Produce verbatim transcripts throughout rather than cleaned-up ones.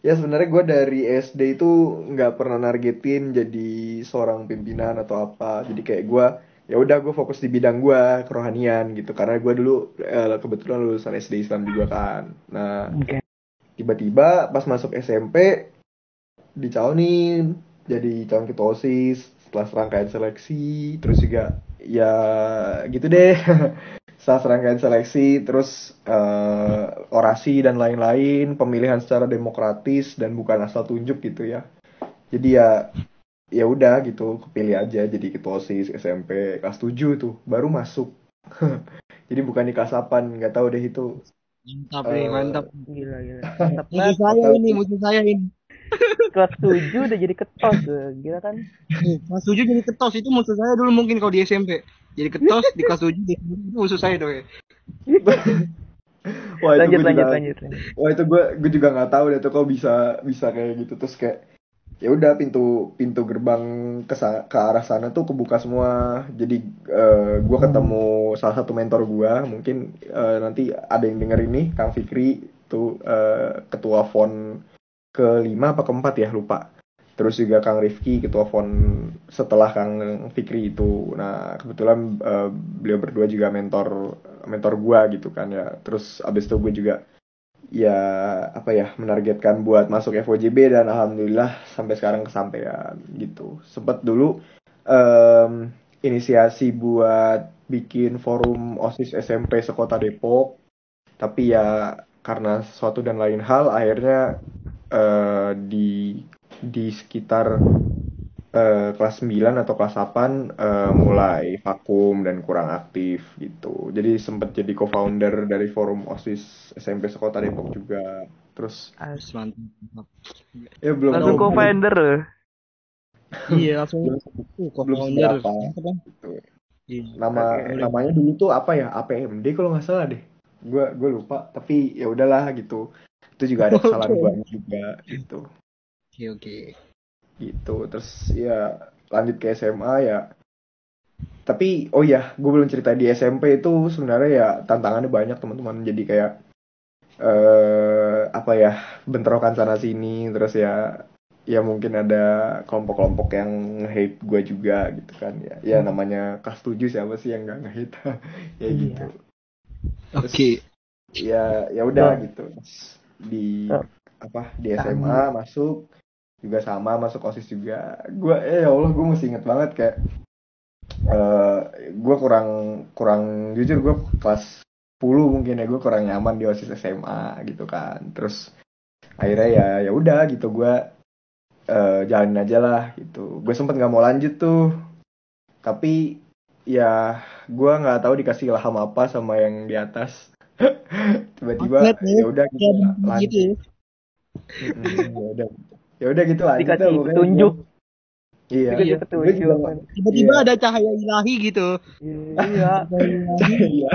Ya sebenarnya gue dari S D itu nggak pernah nargetin jadi seorang pimpinan atau apa. Jadi kayak gue ya udah gue fokus di bidang gue kerohanian gitu. Karena gue dulu eh, kebetulan lulusan S D Islam juga kan. Nah Oke. tiba-tiba pas masuk S M P dicalonin jadi calon ketua OSIS setelah serangkaian seleksi. Terus juga ya gitu deh. Setelah serangkaian seleksi, terus eh, orasi dan lain-lain, pemilihan secara demokratis dan bukan asal tunjuk gitu ya. Jadi ya ya udah gitu, kepilih aja jadi ketua OSIS S M P kelas tujuh tuh, baru masuk. Jadi bukan di kelas delapan, nggak tahu deh itu. Mantap nih, eh mantap. Gila gila. Mantap Musuh banget. nggak saya tahu ini, tuh. musuh saya ini. Kelas tujuh udah jadi ketos tuh. Gila kan? Kelas tujuh jadi ketos itu musuh saya dulu mungkin kalau di S M P. Jadi ketos di kelas tujuh di itu musuh saya tuh ya. Wah itu Lanjut gue juga, lanjut lanjut. lanjut. wah itu gue gue juga nggak tahu deh tuh kok bisa bisa kayak gitu terus kayak ya udah pintu pintu gerbang ke sa- ke arah sana tuh kebuka semua jadi eh, gue ketemu salah satu mentor gue mungkin eh, nanti ada yang denger ini Kang Fikri tuh eh, ketua fon kelima apa keempat ya lupa terus juga Kang Rifki ketua fon setelah Kang Fikri itu nah kebetulan eh, beliau berdua juga mentor mentor gue gitu kan ya terus abis itu gue juga ya apa ya menargetkan buat masuk F O J B dan alhamdulillah sampai sekarang kesampaian gitu. Sempet dulu em, inisiasi buat bikin forum OSIS S M P sekota Depok, tapi ya karena sesuatu dan lain hal akhirnya eh, di di sekitar eh, kelas sembilan atau kelas delapan eh, mulai vakum dan kurang aktif gitu. Jadi sempat jadi co-founder dari forum OSIS S M P Sekota Depok juga. Terus As- Mantap. ya belum Langsung belum Mantap. belum co-founder loh. Iya, langsung belum, uh, belum co-founder. seberapa Mantap kan? gitu. Iya, Nama Oke. boleh. namanya dulu tuh apa ya? A P M D kalau nggak salah deh. Gue gue lupa. Tapi ya udahlah gitu. Itu juga ada kesalahan gue Oke. juga gitu. Oke, oke. Gitu. Terus ya lanjut ke S M A ya tapi oh ya gue belum cerita di S M P itu sebenarnya ya tantangannya banyak teman-teman jadi kayak eh apa ya bentrokan sana sini terus ya ya mungkin ada kelompok-kelompok yang nge-hate gue juga gitu kan ya ya namanya kelas tujuh siapa sih yang nggak nge-hate ya gitu Iya. terus Oke. ya ya udah Tuh. gitu Terus di Tuh. apa di S M A Tahan. masuk juga sama masuk OSIS juga gue eh ya Allah gue masih inget banget kayak eh gue kurang kurang jujur gue kelas sepuluh mungkin ya gue kurang nyaman di OSIS S M A gitu kan terus akhirnya ya ya udah gitu gue eh, jalanin aja lah gitu gue sempet nggak mau lanjut tuh tapi ya gue nggak tahu dikasih ilham apa sama yang di atas tiba-tiba Magnet ya. ya udah gitu Kayak begitu gitu lanjut ya. Mm-mm, ya udah ya udah gitu lanjut dah Dikasih pokoknya gue petunjuk. iya Iya. Dikasih gue juga petunjuk. nggak- Tiba-tiba iya ada cahaya ilahi gitu. Iya. Cahaya ilahi. iya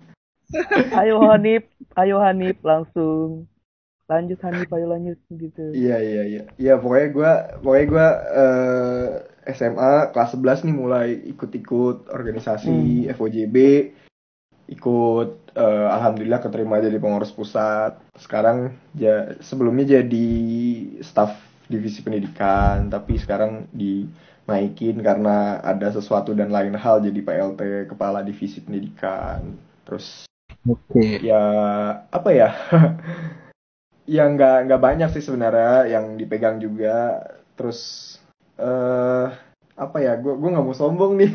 Ayo Hanif. Ayo Hanif. Langsung. Lanjut Hanif. Ayo lanjut. Gitu. Iya iya iya. Iya pokoknya gue pokoknya gue eh, S M A kelas sebelas nih mulai ikut-ikut organisasi Hmm. F O J B, ikut eh, alhamdulillah keterima jadi pengurus pusat. Sekarang ja, sebelumnya jadi staf divisi pendidikan, tapi sekarang dinaikin karena ada sesuatu dan lain hal jadi P L T kepala divisi pendidikan. Terus Oke. ya apa ya? yang nggak nggak banyak sih sebenarnya yang dipegang juga terus eh apa ya gue gue nggak mau sombong nih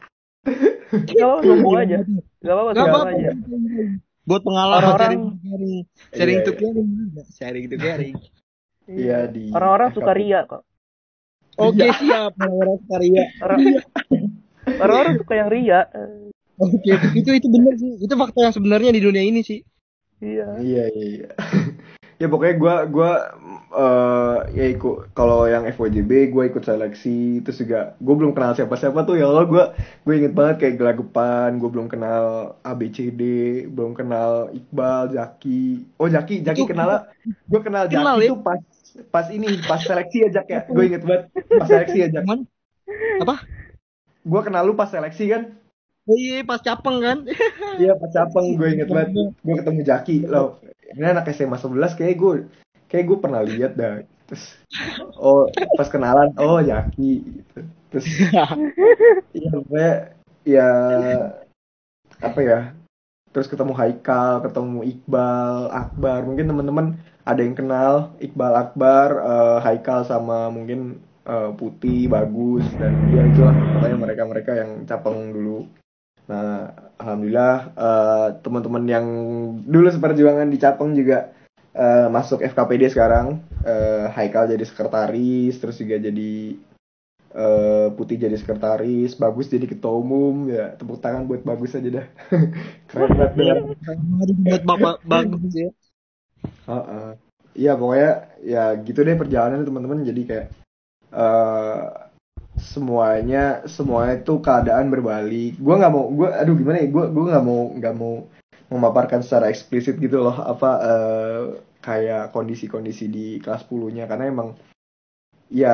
Gak apa-apa sombong Gimana aja. tuh? Gak apa-apa Gak sombong apa-apa. aja. Buat pengalaman Orang-orang. sharing sharing sharing iya to iya caring. Sharing to caring. iya Iya. di Orang-orang suka F K P ria kok. Oke, iya siap. Orang-orang karya. Orang orang-orang suka yang ria. Oke, itu itu benar sih. Itu fakta yang sebenarnya di dunia ini sih. Iya. iya iya iya. Ya pokoknya gue gue eh ya ikut kalau yang F O J B gue ikut seleksi terus juga gue belum kenal siapa-siapa tuh ya Allah gue gue inget banget kayak Gelagapan gue belum kenal A B C D belum kenal Iqbal Jaki oh Jaki Jaki Itu kenal gue kenal kenal Jaki ya. tuh pas pas ini pas seleksi aja ya gue inget banget pas seleksi aja Cuman apa? gue kenal lu pas seleksi kan Oh iya, pas capeng kan. iya pas capeng gue inget banget gue ketemu Jaki loh ini anak S M A sebelas kayak gue kayak gue pernah lihat dah. Terus oh pas kenalan oh Jaki gitu. Terus ya pokoknya ya apa ya, terus ketemu Haikal, ketemu Iqbal, Akbar, mungkin teman-teman ada yang kenal Iqbal, Akbar, eh, Haikal sama mungkin eh, Putih, Bagus, dan ya itulah pokoknya mereka-mereka yang capeng dulu. Nah, alhamdulillah eh, teman-teman yang dulu seperjuangan di Capeng juga eh, masuk F K P D sekarang. Eh, Haikal jadi sekretaris, terus juga jadi eh, Putih jadi sekretaris, Bagus jadi ketua umum. Ya, tepuk tangan buat Bagus aja dah. Keren banget dah. Mari buat bapak bagus ya. Heeh. Iya, pokoknya ya gitu deh perjalanan teman-teman. Jadi kayak eh semuanya semuanya itu keadaan berbalik. Gue nggak mau, gue aduh gimana ya, gue gue nggak mau nggak mau memaparkan secara eksplisit gitu loh apa eh, kayak kondisi-kondisi di kelas sepuluh-nya karena emang ya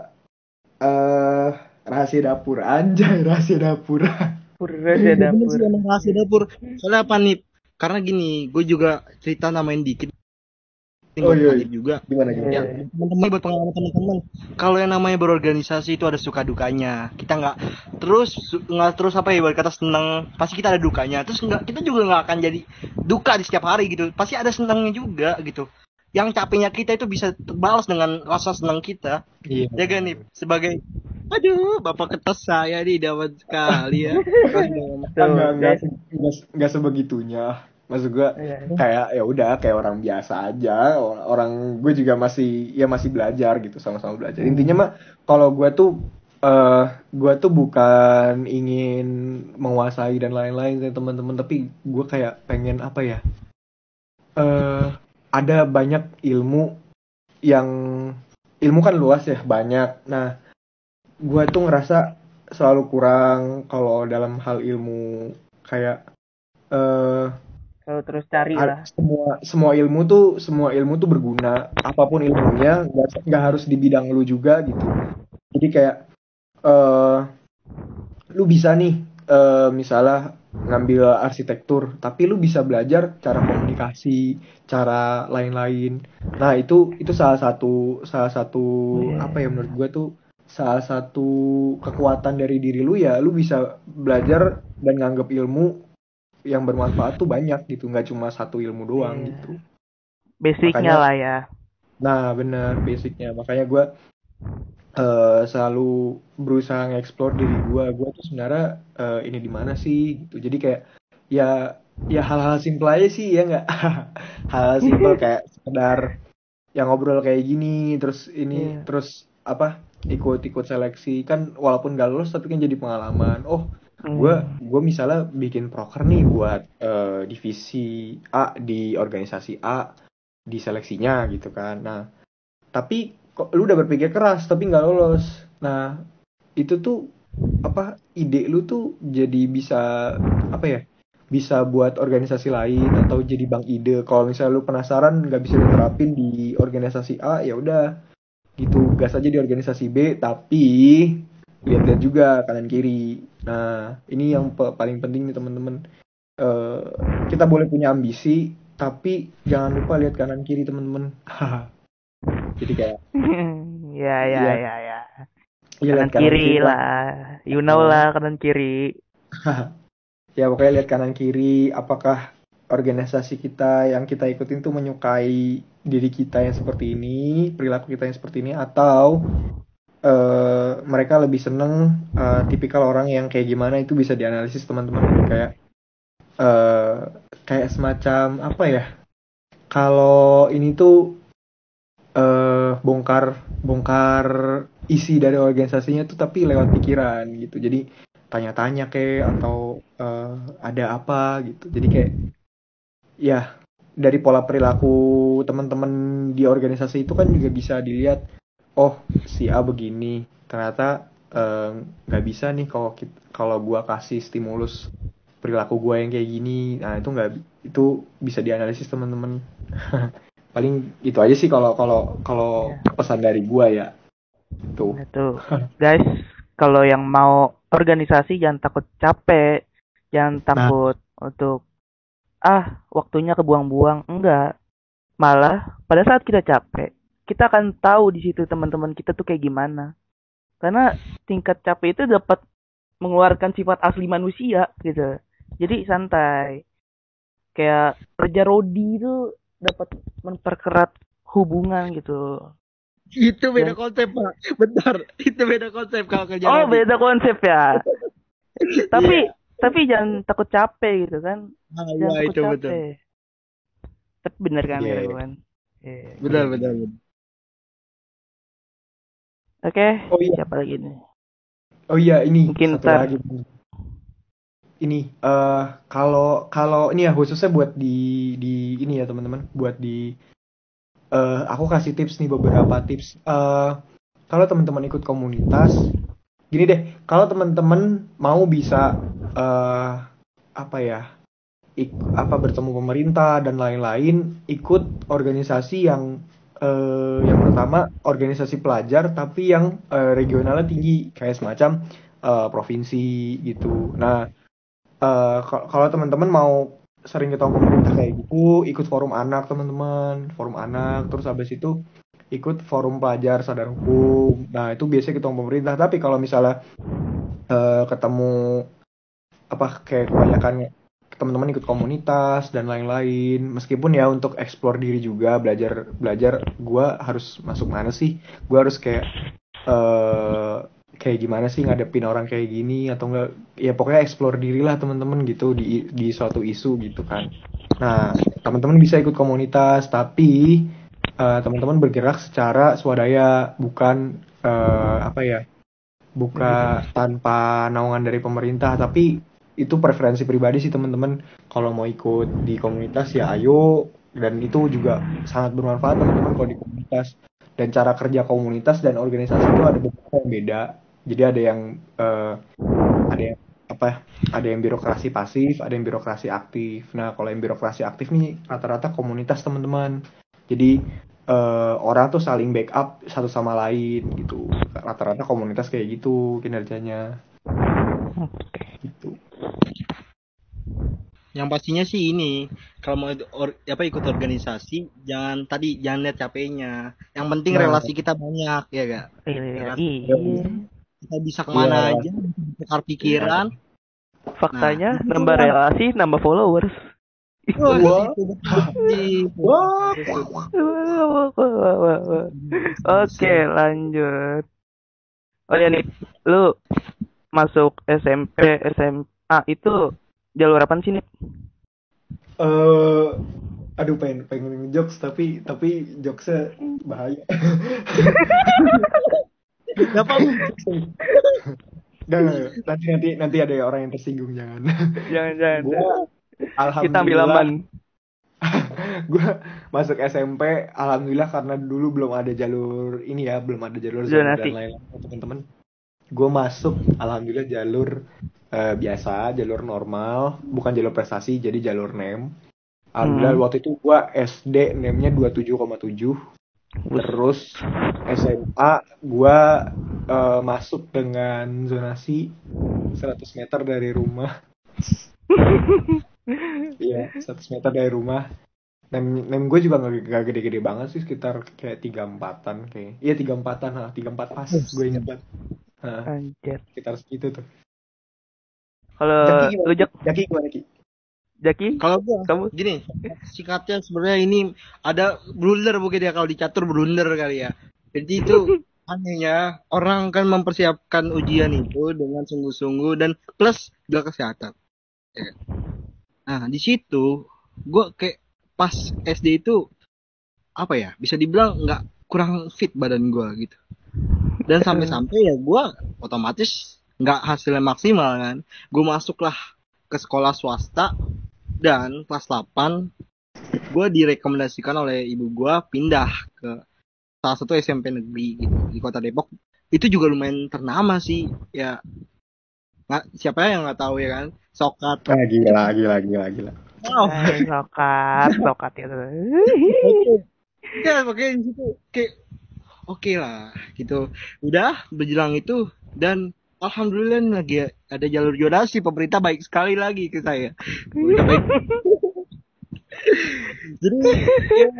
eh rahasia dapur, anjay, rahasia dapur. Pura ya Bener dapur. sih emang rahasia dapur. Soalnya apa nih? Karena gini, gue juga cerita namain dikit ini Oh buat iya, Hanif juga. gimana Iya, gimana? Ya, iya. teman-teman buat pengalaman teman-teman. Kalau yang namanya berorganisasi itu ada suka dukanya. Kita nggak terus su- nggak terus apa ya buat kata senang. Pasti kita ada dukanya. Terus nggak kita juga nggak akan jadi duka di setiap hari gitu. Pasti ada senangnya juga gitu. Yang capeknya kita itu bisa terbalas dengan rasa senang kita. Iya. Ya kan nih sebagai aduh bapak ketos saya nih dapat sekali ya. Ah, Tuh, nggak nggak guys. se- nggak se- nggak sebegitunya. Maksud gue Iya. kayak ya udah kayak orang biasa aja. Or- orang gue juga masih ya masih belajar gitu, sama-sama belajar. Intinya mah kalau gue tuh eh gue tuh bukan ingin menguasai dan lain-lain ya teman-teman, tapi gue kayak pengen apa ya, eh ada banyak ilmu yang ilmu kan luas ya, banyak. Nah, gue tuh ngerasa selalu kurang kalau dalam hal ilmu kayak eh Kalau terus cari a- lah. semua semua ilmu tuh semua ilmu tuh berguna, apapun ilmunya, nggak nggak harus di bidang lu juga gitu. Jadi kayak eh lu bisa nih eh misalnya ngambil arsitektur tapi lu bisa belajar cara komunikasi, cara lain-lain. Nah, itu itu salah satu salah satu apa ya, menurut gue tuh salah satu kekuatan dari diri lu, ya lu bisa belajar dan nganggap ilmu yang bermanfaat tuh banyak gitu, nggak cuma satu ilmu doang Iya. gitu. Basicnya Makanya lah ya. nah bener basicnya, makanya gue eh, selalu berusaha nge-explore diri gue gue tuh sebenarnya eh, ini di mana sih gitu. Jadi kayak ya ya hal-hal simple aja sih ya nggak. Hal simple kayak sekedar yang ngobrol kayak gini, terus ini Iya. terus apa, ikut-ikut seleksi kan, walaupun gak lulus tapi kan jadi pengalaman. Oh, gue Hmm. gue misalnya bikin proker nih buat eh, divisi A di organisasi A di seleksinya gitu kan. Nah, tapi kok lu udah berpikir keras tapi nggak lolos. Nah, itu tuh apa, ide lu tuh jadi bisa apa ya, bisa buat organisasi lain atau jadi bank ide. Kalau misalnya lu penasaran nggak bisa diterapin di organisasi A, ya udah gitu, gas aja di organisasi B, tapi lihat-lihat juga kanan kiri. Nah, ini yang pe- paling penting nih teman-teman. Eh, kita boleh punya ambisi tapi jangan lupa lihat kanan kiri teman-teman. Jadi kayak Ya, ya, ya, ya, ya. ya Kanan lihat kanan kiri kiri lah. lah. You know Ah, lah kanan kiri. ya pokoknya lihat kanan kiri, apakah organisasi kita yang kita ikutin tuh menyukai diri kita yang seperti ini, perilaku kita yang seperti ini, atau eh, mereka lebih seneng eh, tipikal orang yang kayak gimana. Itu bisa dianalisis teman-teman. Kayak eh, kayak semacam apa ya, kalau ini tuh eh, bongkar bongkar isi dari organisasinya tuh tapi lewat pikiran gitu. Jadi tanya-tanya kayak atau eh, ada apa gitu. Jadi kayak ya dari pola perilaku teman-teman di organisasi itu kan juga bisa dilihat, oh si A begini, ternyata eh, nggak bisa nih kalau kit- kalau gua kasih stimulus perilaku gua yang kayak gini. Nah, itu nggak, itu bisa dianalisis teman-teman. Paling itu aja sih kalau kalau kalau Ya. pesan dari gua ya. Tuh. Nah, tuh. Guys, kalau yang mau organisasi jangan takut capek. Jangan Nah, takut untuk ah, waktunya kebuang-buang. Enggak. Malah pada saat kita capek, kita akan tahu di situ teman-teman kita tuh kayak gimana. Karena tingkat capek itu dapat mengeluarkan sifat asli manusia gitu. Jadi santai. Kayak kerja rodi itu dapat memperkerat hubungan gitu. Itu beda Dan konsep, Pak. Bentar, itu beda konsep kalau kerja oh, rodi. beda konsep ya. Tapi Iya. tapi jangan takut capek gitu kan. Ah, Jangan iya takut itu betul. capek. Tapi bener kan Iya, kata iya. gue kan. Iya. Benar, Benar, benar, benar. benar. Oke, Oh iya, siapa lagi nih? oh iya ini Mungkin satu ntar. lagi. Ini eh kalau kalau ini ya khususnya buat di di ini ya teman-teman, buat di eh aku kasih tips nih beberapa tips. Eh kalau teman-teman ikut komunitas, gini deh, kalau teman-teman mau bisa eh apa ya? Ik, apa bertemu pemerintah dan lain-lain, ikut organisasi yang eh, yang pertama organisasi pelajar tapi yang eh, regionalnya tinggi kayak semacam eh, provinsi gitu. Nah, eh, kal- kalau teman-teman mau sering ketemu pemerintah kayak gitu, ikut forum anak teman-teman, forum anak, terus habis itu ikut forum pelajar sadar hukum. Nah, itu biasanya ketemu pemerintah. Tapi kalau misalnya eh, ketemu apa kayak kebanyakan teman-teman ikut komunitas dan lain-lain, meskipun ya untuk explore diri juga, belajar belajar gue harus masuk mana sih, gue harus kayak eh kayak gimana sih ngadepin orang kayak gini atau enggak, ya pokoknya explore diri lah teman-teman gitu di di suatu isu gitu kan. Nah, teman-teman bisa ikut komunitas tapi eh, teman-teman bergerak secara swadaya, bukan eh, apa ya, buka tanpa naungan dari pemerintah, tapi itu preferensi pribadi sih teman-teman. Kalau mau ikut di komunitas ya ayo, dan itu juga sangat bermanfaat teman-teman kalau di komunitas. Dan cara kerja komunitas dan organisasi itu ada beberapa yang beda. Jadi ada yang eh, ada yang apa ada yang birokrasi pasif, ada yang birokrasi aktif. Nah, kalau yang birokrasi aktif nih rata-rata komunitas teman-teman. Jadi eh, orang tuh saling backup satu sama lain gitu. Rata-rata komunitas kayak gitu kinerjanya gitu. Yang pastinya sih ini, kalau mau or, apa ikut organisasi, jangan tadi jangan lihat capeknya. Yang penting Nah, relasi kita banyak, ya gak? Iya, Relasi iya. kita bisa iya kemana aja, relasi. bisa tukar pikiran. Nah, Faktanya itu nambah lah. relasi, nambah followers. Wah, Wah, itu betul. Itu. wah, Itu. Wah, wah, wah, wah, wah. Oke, lanjut. Oh ya nih, lu masuk S M P, S M A itu jalur apa sih nih? eh aduh pengen pengen jokes tapi tapi jokesnya bahaya. Kenapa? Nggak, nggak, nanti nanti nanti ada orang yang tersinggung, jangan. Jangan, jangan. Gue Kita ambil alhamdulillah aman. gue masuk S M P alhamdulillah, karena dulu belum ada jalur ini ya, belum ada jalur zonasi dan Zonasi. lain-lain teman-teman. Gue masuk alhamdulillah jalur eh, biasa, jalur normal, bukan jalur prestasi, jadi jalur N E M. Alhamdulillah Hmm. waktu itu gue S D N E M-nya dua puluh tujuh koma tujuh. Terus S M A gue eh, masuk dengan zonasi seratus meter dari rumah. Iya, seratus meter dari rumah. Nem, nem gue juga gak, gak gede-gede banget sih, sekitar kayak tiga empatan kayak. Iya tiga empatan, ha, tiga empat pas. Gue inget banget. Nah, Anjir. sekitar segitu tuh. Kalau Jaki lu gimana? Jak, Jaki gimana Ki? Jaki, Kalau gua kamu gini, sikatnya sebenarnya ini ada blunder mungkin ya, kalau dicatur blunder kali ya. Jadi itu anehnya orang kan mempersiapkan ujian itu dengan sungguh-sungguh dan plus juga kesehatan. Ya kan? Nah di situ gua kayak pas S D itu apa ya, bisa dibilang nggak, kurang fit badan gua gitu. Dan sampai-sampai ya gua otomatis nggak hasilnya maksimal kan. Gua masuklah ke sekolah swasta dan kelas delapan gue direkomendasikan oleh ibu gue pindah ke salah satu S M P negeri gitu di kota Depok. Itu juga lumayan ternama sih ya, nggak, siapa yang nggak tahu ya kan, Sokat. Ah, gila, gila, gila, gila. Wow. eh, sokat, sokat itu. Oke. Ya makanya di situ kayak oke okay lah gitu. Udah berjelang itu dan alhamdulillah lagi ada jalur zonasi, pemerintah baik sekali lagi ke saya. Udah baik. Jadi ya,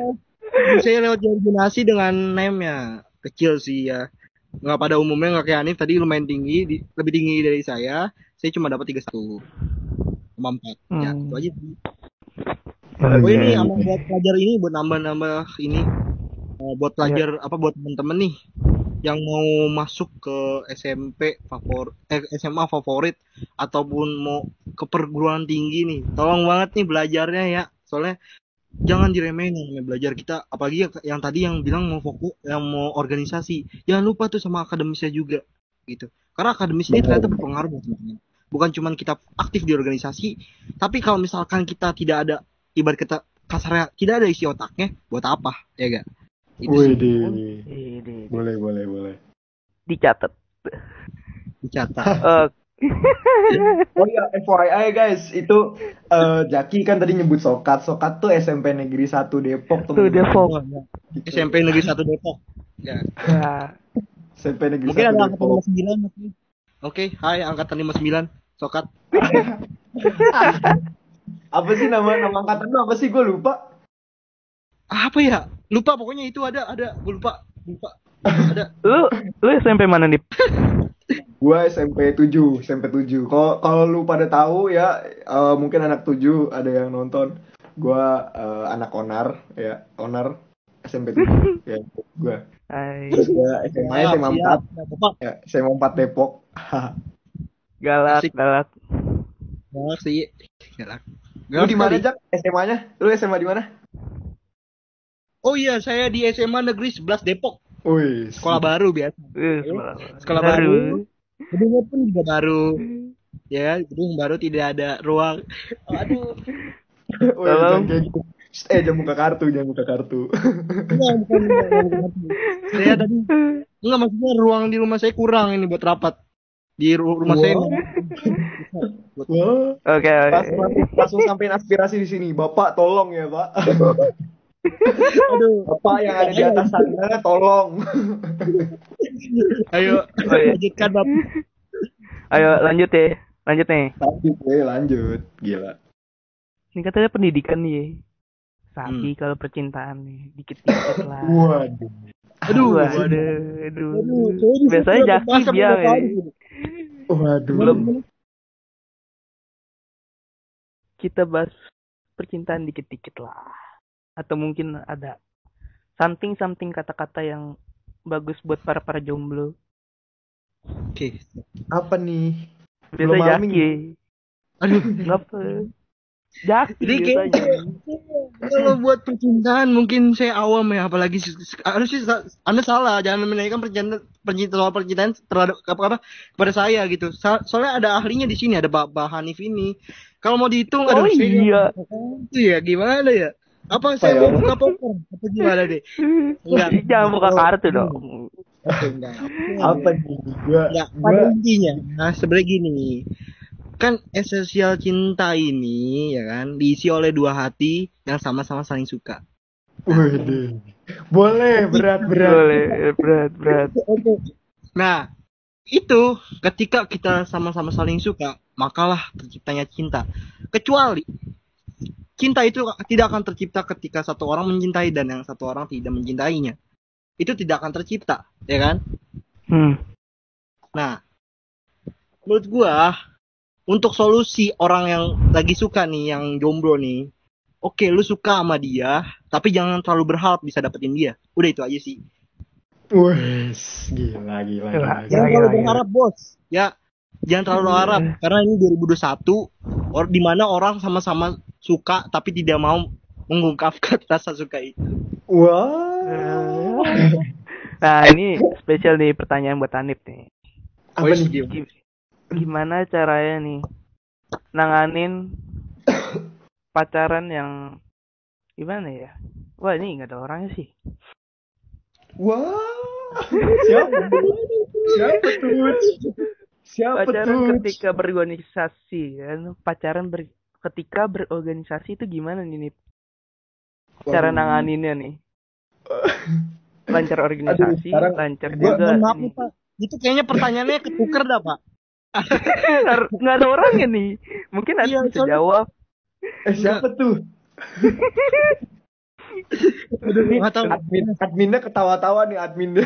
Saya lewat jalur zonasi dengan name-nya kecil sih ya. Nggak pada umumnya nggak kayak Hanif tadi lumayan tinggi, di, lebih tinggi dari saya. Saya cuma dapat tiga puluh satu koma empat. Ya, Hmm. itu aja sih. Oh, Oh ini iya, sama iya. buat pelajar ini buat nambah-nambah ini eh, buat pelajar apa buat temen-temen nih yang mau masuk ke S M P favorit eh, S M A favorit ataupun mau ke perguruan tinggi nih. Tolong banget nih belajarnya ya. Soalnya jangan diremehin yang namanya belajar kita apalagi yang, yang tadi yang bilang mau fokus yang mau organisasi. Jangan lupa tuh sama akademisnya juga gitu. Karena akademis ini ternyata berpengaruh buat teman-teman. Bukan cuma kita aktif di organisasi, tapi kalau misalkan kita tidak ada ibarat kita kasarnya tidak ada isi otaknya, buat apa? Ya gak? Itu Wih, sih di. Ini Boleh, boleh, boleh. dicatat. dicatat. Eh, Oh iya, F Y I guys, itu eh, Jaki kan tadi nyebut Sokat. Sokat tuh S M P Negeri satu Depok, Tuh teman-teman. Depok. Oh, ya. Gitu. S M P Negeri satu Depok. Ya. Ya. S M P Negeri Mungkin satu ada angkatan lima Depok. puluh sembilan mungkin. Oke, hai angkatan lima puluh sembilan. Sokat. Apa sih nama nama angkatan lu apa sih? Gue lupa. Apa ya? Lupa pokoknya itu ada ada gue lupa. Lupa. Ada. Lu lu S M P mana nih? Gua S M P tujuh, S M P tujuh. Kalau kalau lu pada tahu ya, eh, mungkin anak tujuh ada yang nonton. Gua eh, anak onar ya, onar S M P tujuh ya gua. Hai. Terus gua S M A S M A empat Bapak. ya, S M A empat Depok. Galak, Asik. galak. Galak sih. Galak. Lu di mana, Jak? S M A-nya? Lu S M A di mana? Oh iya, saya di S M A Negeri sebelas Depok. Wih, Sekolah baru biasa. Eh, sekolah, Sekolah baru. Gedungnya pun juga baru. Ya, gedung baru tidak ada ruang. Aduh. Wih, jangan kayak gitu. Shh, Eh, jangan buka kartu, jangan buka kartu. Enggak, bukan, bukan, bukan, bukan. Saya tadi enggak maksudnya ruang di rumah saya kurang ini buat rapat. Di ru- rumah saya. Wow. Buat- Wah. Oke, oke. Langsung, langsung sampein aspirasi di sini. Bapak tolong ya, Pak. Aduh. Bapak yang ada di atas sana tolong. Ayo, Oh, iya. lanjutkan Bapak. Ayo lanjut ya. Lanjut nih. Lanjut, eh, lanjut. Gila. Ini katanya pendidikan nih. Sapi kalau percintaan nih, dikit-dikit lah. Waduh. Aduh, Waduh, waduh. aduh. Aduh, saya di Biasanya situ Jaki bahasa bilang beberapa hari ini. gitu. Waduh. Belum. Kita bahas percintaan dikit-dikit lah. Atau mungkin ada something-something kata-kata yang bagus buat para-para jomblo. Oke. Apa nih? Biasa Belum malam Jaki. ini. Aduh. Ngapa? Jaki Jadi kayak biasanya. kalau buat percintaan mungkin saya awam ya, apalagi harus sih Anda salah, jangan menaikkan percintaan percintaan soal percintaan terhadap apa apa kepada saya gitu. So- soalnya ada ahlinya di sini, ada Pak Hanif ini. Kalau mau dihitung, Oh aduh, saya iya. itu ya gimana ya? Apa saya Apa ya? mau buka poker? Apa gimana deh? Enggak. Jangan buka kartu dong. Oke, enggak. Apa nih? Gua, Enggak, gua pada intinya. Nah, sebenarnya gini. Kan esensial cinta ini ya kan diisi oleh dua hati yang sama-sama saling suka. Waduh. Boleh, berat-berat. Boleh, berat, berat. Oke. Nah, itu ketika kita sama-sama saling suka, makalah terciptanya cinta. Kecuali cinta itu tidak akan tercipta ketika satu orang mencintai dan yang satu orang tidak mencintainya. Itu tidak akan tercipta, ya kan? Hmm. Nah, menurut gua untuk solusi orang yang lagi suka nih, yang jomblo nih, oke, lu suka sama dia, tapi jangan terlalu berharap bisa dapetin dia. Udah itu aja sih. Wes, gila, gila, gila. Gila, Jangan gila, terlalu gila. berharap, bos. Ya, jangan terlalu berharap karena ini dua ribu dua puluh satu, or di mana orang sama-sama suka tapi tidak mau mengungkapkan rasa suka itu. Wah. Nah, ini spesial nih pertanyaan buat Hanif nih. Apa Wes, nih? gimana? Gimana caranya nih nanganin pacaran yang gimana ya? Wah, ini nggak ada orangnya sih. Wah. Siapa? Siapa tuh? Siapa Pacaran tuh? ketika berorganisasi kan? Pacaran ber- ketika berorganisasi itu gimana nih, Nip? Cara Waduh. nanganinnya nih. Lancar organisasi, Aduh, sekarang lancar gua- juga. Mohon maaf nih. nih, Pak. Itu kayaknya pertanyaannya ketuker dah, Pak. Nggak nggak ada orangnya nih. Mungkin nanti Iya, bisa soalnya- jawab. Eh, siapa tuh? Aduh, nggak tahu. Admin, adminnya ketawa-tawa nih adminnya.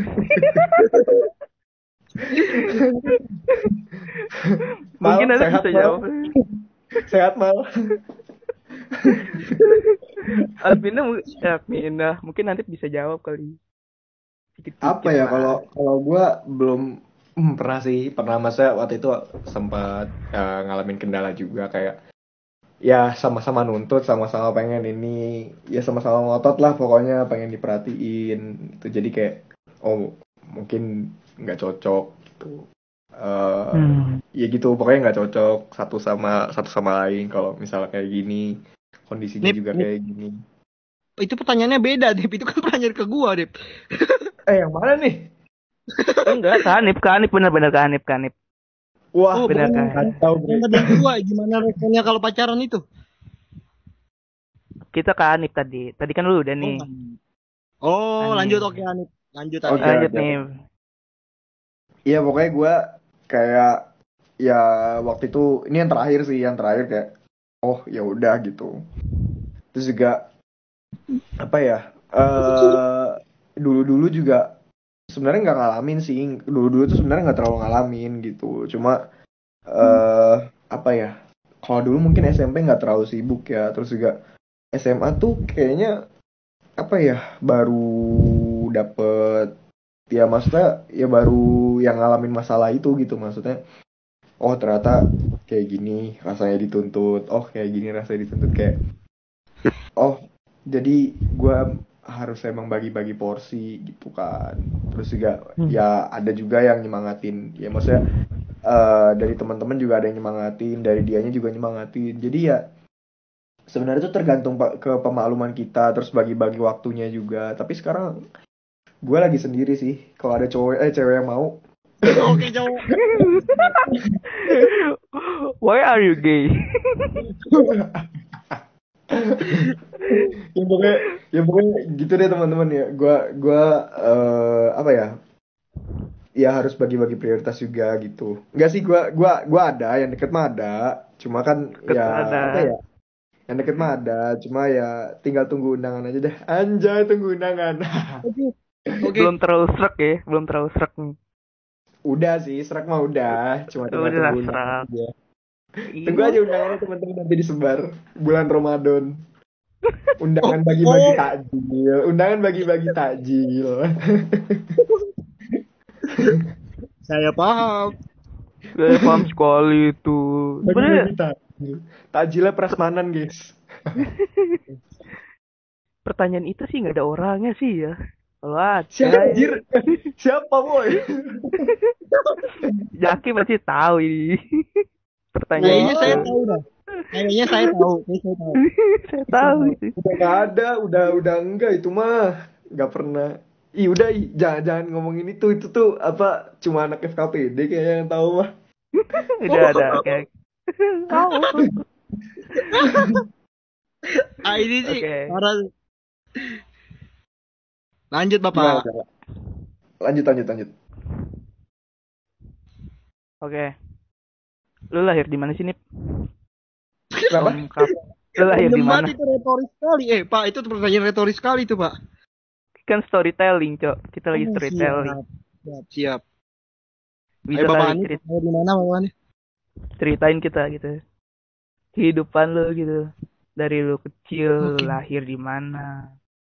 Mal, Mungkin nanti sehat bisa mal. jawab. Sehat mal. Adminnya, mu- eh, adminnya mungkin nanti bisa jawab kali. Dikit-dikit Apa ya lah. kalau kalau gue belum hmm, pernah sih pernah masa waktu itu sempat eh, ngalamin kendala juga kayak ya sama-sama nuntut sama-sama pengen ini ya sama-sama ngotot lah pokoknya pengen diperhatiin itu jadi kayak oh mungkin nggak cocok gitu. Eh, Hmm. ya gitu pokoknya nggak cocok satu sama satu sama lain kalau misalnya kayak gini kondisinya Nip, juga Nip, kayak gini. itu pertanyaannya beda, Dip. Itu kan pertanyaan ke gua, Dip. Eh yang mana nih? Enggak, kanip, kanip bener-bener kanip, kanip. Wah Oh, bener bukan kan. yang, tahu yang tadi gua gimana responnya kalau pacaran itu? Kita kanip tadi. Tadi kan lu udah Oh, nih. oh Aneh. lanjut oke Anip. Lanjut Oke, Anip. Lanjut oke. nih. Iya pokoknya gue kayak ya waktu itu ini yang terakhir sih yang terakhir kayak oh ya udah gitu. Terus juga apa ya eh dulu-dulu juga sebenarnya nggak ngalamin sih dulu-dulu tuh sebenarnya nggak terlalu ngalamin gitu. Cuma eh apa ya kalau dulu mungkin S M P nggak terlalu sibuk ya. Terus juga S M A tuh kayaknya apa ya baru dapet ya maksudnya ya baru yang ngalamin masalah itu gitu maksudnya oh ternyata kayak gini rasanya dituntut oh kayak gini rasanya dituntut kayak oh jadi gue harus emang bagi-bagi porsi gitu kan terus juga Hmm. ya ada juga yang nyemangatin ya maksudnya eh, dari teman-teman juga ada yang nyemangatin dari dianya juga nyemangatin jadi ya sebenarnya itu tergantung pak ke pemakluman kita terus bagi-bagi waktunya juga tapi sekarang gue lagi sendiri sih kalau ada cowok eh cewek yang mau. Oke, cowok. Why are you gay? Ya pokoknya ya pokoknya gitu deh teman-teman ya gua gua eh, apa ya ya harus bagi-bagi prioritas juga gitu enggak sih gua gua gua ada yang deket mah ada cuma kan ya Kepada. apa ya yang deket mah ada cuma ya tinggal tunggu undangan aja deh anjay tunggu undangan. Oke. Oke. Belum terlalu serak ya, belum terlalu serak nih. Udah sih serak mah udah cuma tinggal Udah tunggu lah undangan serak. aja Iya. tunggu aja undangannya teman-teman nanti disebar bulan Ramadan undangan Oh, bagi-bagi oh. takjil undangan bagi-bagi takjil. Saya paham. Saya paham sekali itu. Sebenarnya Bagi-bagi takjil. Takjilnya prasmanan, guys. pertanyaan itu sih nggak ada orangnya sih ya. Kalau ada, Siapa, ya. anjir? Siapa, boy? Jaki pasti tahu ini. Pertanyaan Kayaknya itu. saya tahu dah. Kayaknya saya tahu. Kayaknya saya tahu. Saya tahu itu. Udah gak ada, udah udah enggak itu mah. Gak pernah. Ih, udah, ih, jangan jangan ngomongin itu. Itu tuh apa? Cuma anak F K P D kayaknya yang tahu mah. Udah ada kayak. Tahu. Ah ini sih. Oke. Parah. Lanjut Gimana, Bapak. Kak? Lanjut, lanjut, lanjut. Oke. Lu lahir di mana sih, Nip? Kenapa? Lengkap. Lu lahir di mana? Debat itu retoris sekali. Eh, Pak, itu pertanyaan retoris sekali itu, Pak. Kan storytelling, Cok. Kita lagi Oh, storytelling. Siap, siap. siap. Bisa Ayo Bapak kali Ani, cerit- lahir di mana Bapak Ani? ceritain kita gitu. Kehidupan lu gitu. Dari lu kecil, Oke. lu lahir di mana.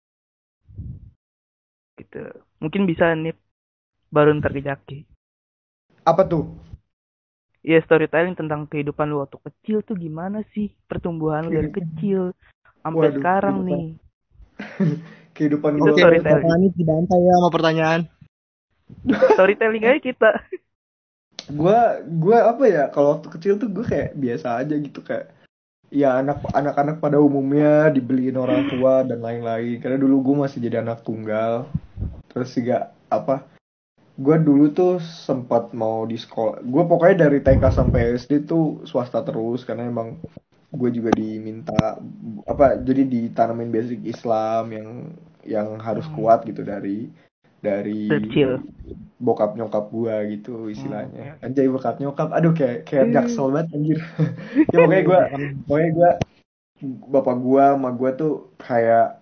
Gitu. Mungkin bisa, Nip. Baru ntar ke Jaki. Apa tuh? Ya, storytelling tentang kehidupan lu waktu kecil tuh gimana sih? Pertumbuhan lu dari kecil sampai Waduh, sekarang kehidupan. nih. Kehidupan Itu gue. Oke, storytelling. Bapak Ani dibantai ya sama pertanyaan. Storytelling aja kita. gue gue apa ya kalau waktu kecil tuh gue kayak biasa aja gitu kayak ya anak anak-anak pada umumnya dibeliin orang tua dan lain-lain karena dulu gue masih jadi anak tunggal terus juga apa gue dulu tuh sempat mau di sekolah gue pokoknya dari T K sampai S D tuh swasta terus karena emang gue juga diminta apa jadi ditanamin basic Islam yang yang harus kuat gitu dari dari Kecil. bokap nyokap gua gitu istilahnya. Hmm. Anjay bokap nyokap. Aduh kayak kayak jaksel banget anjir. Ya pokoknya gua pokoknya gua bapak gua sama gua tuh kayak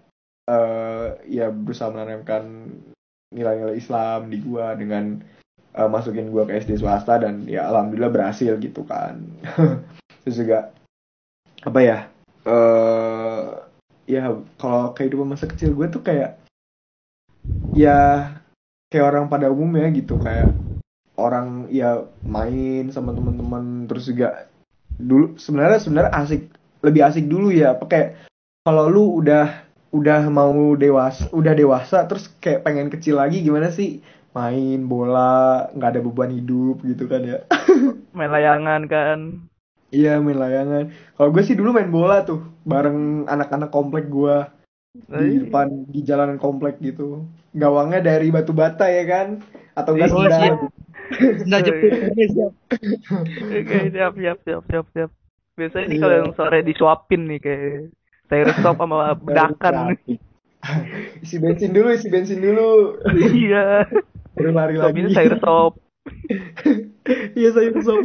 eh ya berusaha menanamkan nilai-nilai Islam di gua dengan eh, masukin gua ke S D swasta dan ya alhamdulillah berhasil gitu kan. Terus juga apa ya? eh ya kalau kehidupan masa kecil gue tuh kayak ya kayak orang pada umumnya gitu, kayak orang ya main sama teman-teman, terus juga dulu sebenarnya sebenarnya asik, lebih asik dulu ya apa kayak kalau lu udah udah mau dewasa udah dewasa terus kayak pengen kecil lagi gimana sih, main bola nggak ada beban hidup gitu kan ya. Main layangan kan. Iya main layangan. Kalau gue sih dulu main bola tuh bareng anak-anak komplek gue di Eh, depan di jalanan komplek gitu, gawangnya dari batu bata ya kan, atau enggak Oh sendal. siap, sendal jepit. Oke, siap. Oke, siap, siap, siap, siap, siap. Biasanya nih kalau Iya. yang sore disuapin nih kayak sayur sop sama bedakan. Isi bensin dulu, isi bensin dulu. Iya. Baru lari lagi. Suapinnya sayur sop. Iya sayur sop.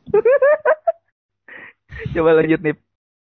Coba lanjut nih.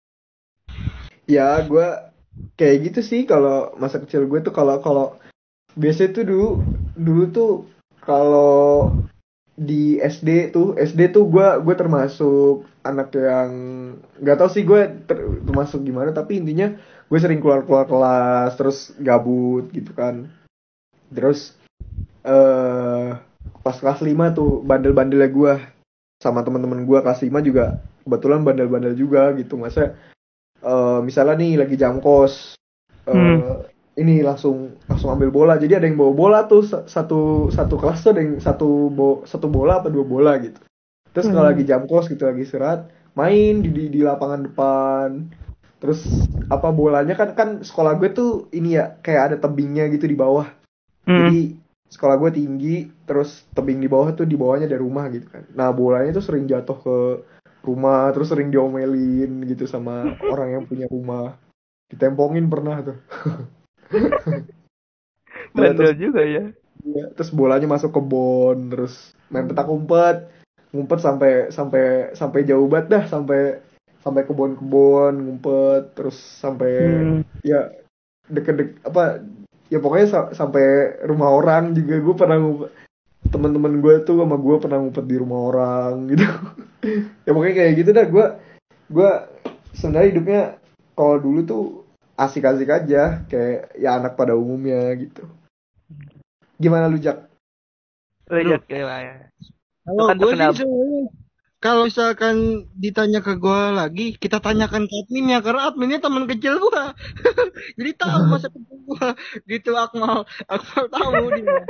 Ya gue kayak gitu sih kalau masa kecil gue tuh, kalau kalau biasanya tuh dulu dulu tuh kalau di S D tuh S D tuh gue gue termasuk anak yang nggak tahu sih gue ter- termasuk gimana, tapi intinya gue sering keluar keluar kelas terus gabut gitu kan. Terus eh pas kelas lima tuh bandel-bandelnya gue sama teman-teman gue kelas lima juga kebetulan bandel-bandel juga gitu, masa eh, misalnya nih lagi jam kos, Hmm. eh, ini langsung langsung ambil bola, jadi ada yang bawa bola tuh sa- satu satu kelas tuh ada yang satu bo, satu bola apa dua bola gitu. Terus kalau lagi jam kos gitu lagi istirahat main di, di di lapangan depan. Terus apa bolanya kan kan sekolah gue tuh ini ya kayak ada tebingnya gitu di bawah. Hmm. Jadi sekolah gue tinggi, terus tebing di bawah tuh di bawahnya ada rumah gitu kan. Nah bolanya tuh sering jatuh ke rumah, terus sering diomelin gitu sama orang yang punya rumah. Ditempongin pernah tuh. Ya, terus Bandel juga ya. ya, terus bolanya masuk ke bon, terus main petak umpet, ngumpet sampai sampai sampai jauh banget dah, sampai sampai kebon-kebon ngumpet, terus sampai Hmm. ya deket-deket apa ya pokoknya sa- sampai rumah orang juga gue pernah ngumpet. Teman-teman gue tuh sama gue pernah ngumpet di rumah orang gitu. Ya pokoknya kayak gitu dah. gue gue sebenarnya hidupnya kalau dulu tuh asik-asik aja kayak ya anak pada umumnya gitu. Gimana lu Jak? Lanjut kayak ya. Itu Kalau kan gue sih terkenal. sebenarnya, kalau misalkan ditanya ke gue lagi, kita tanyakan ke adminnya karena adminnya teman kecil gue. Jadi tahu masa kecil gue. Gitu Akmal, Akmal tahu dia.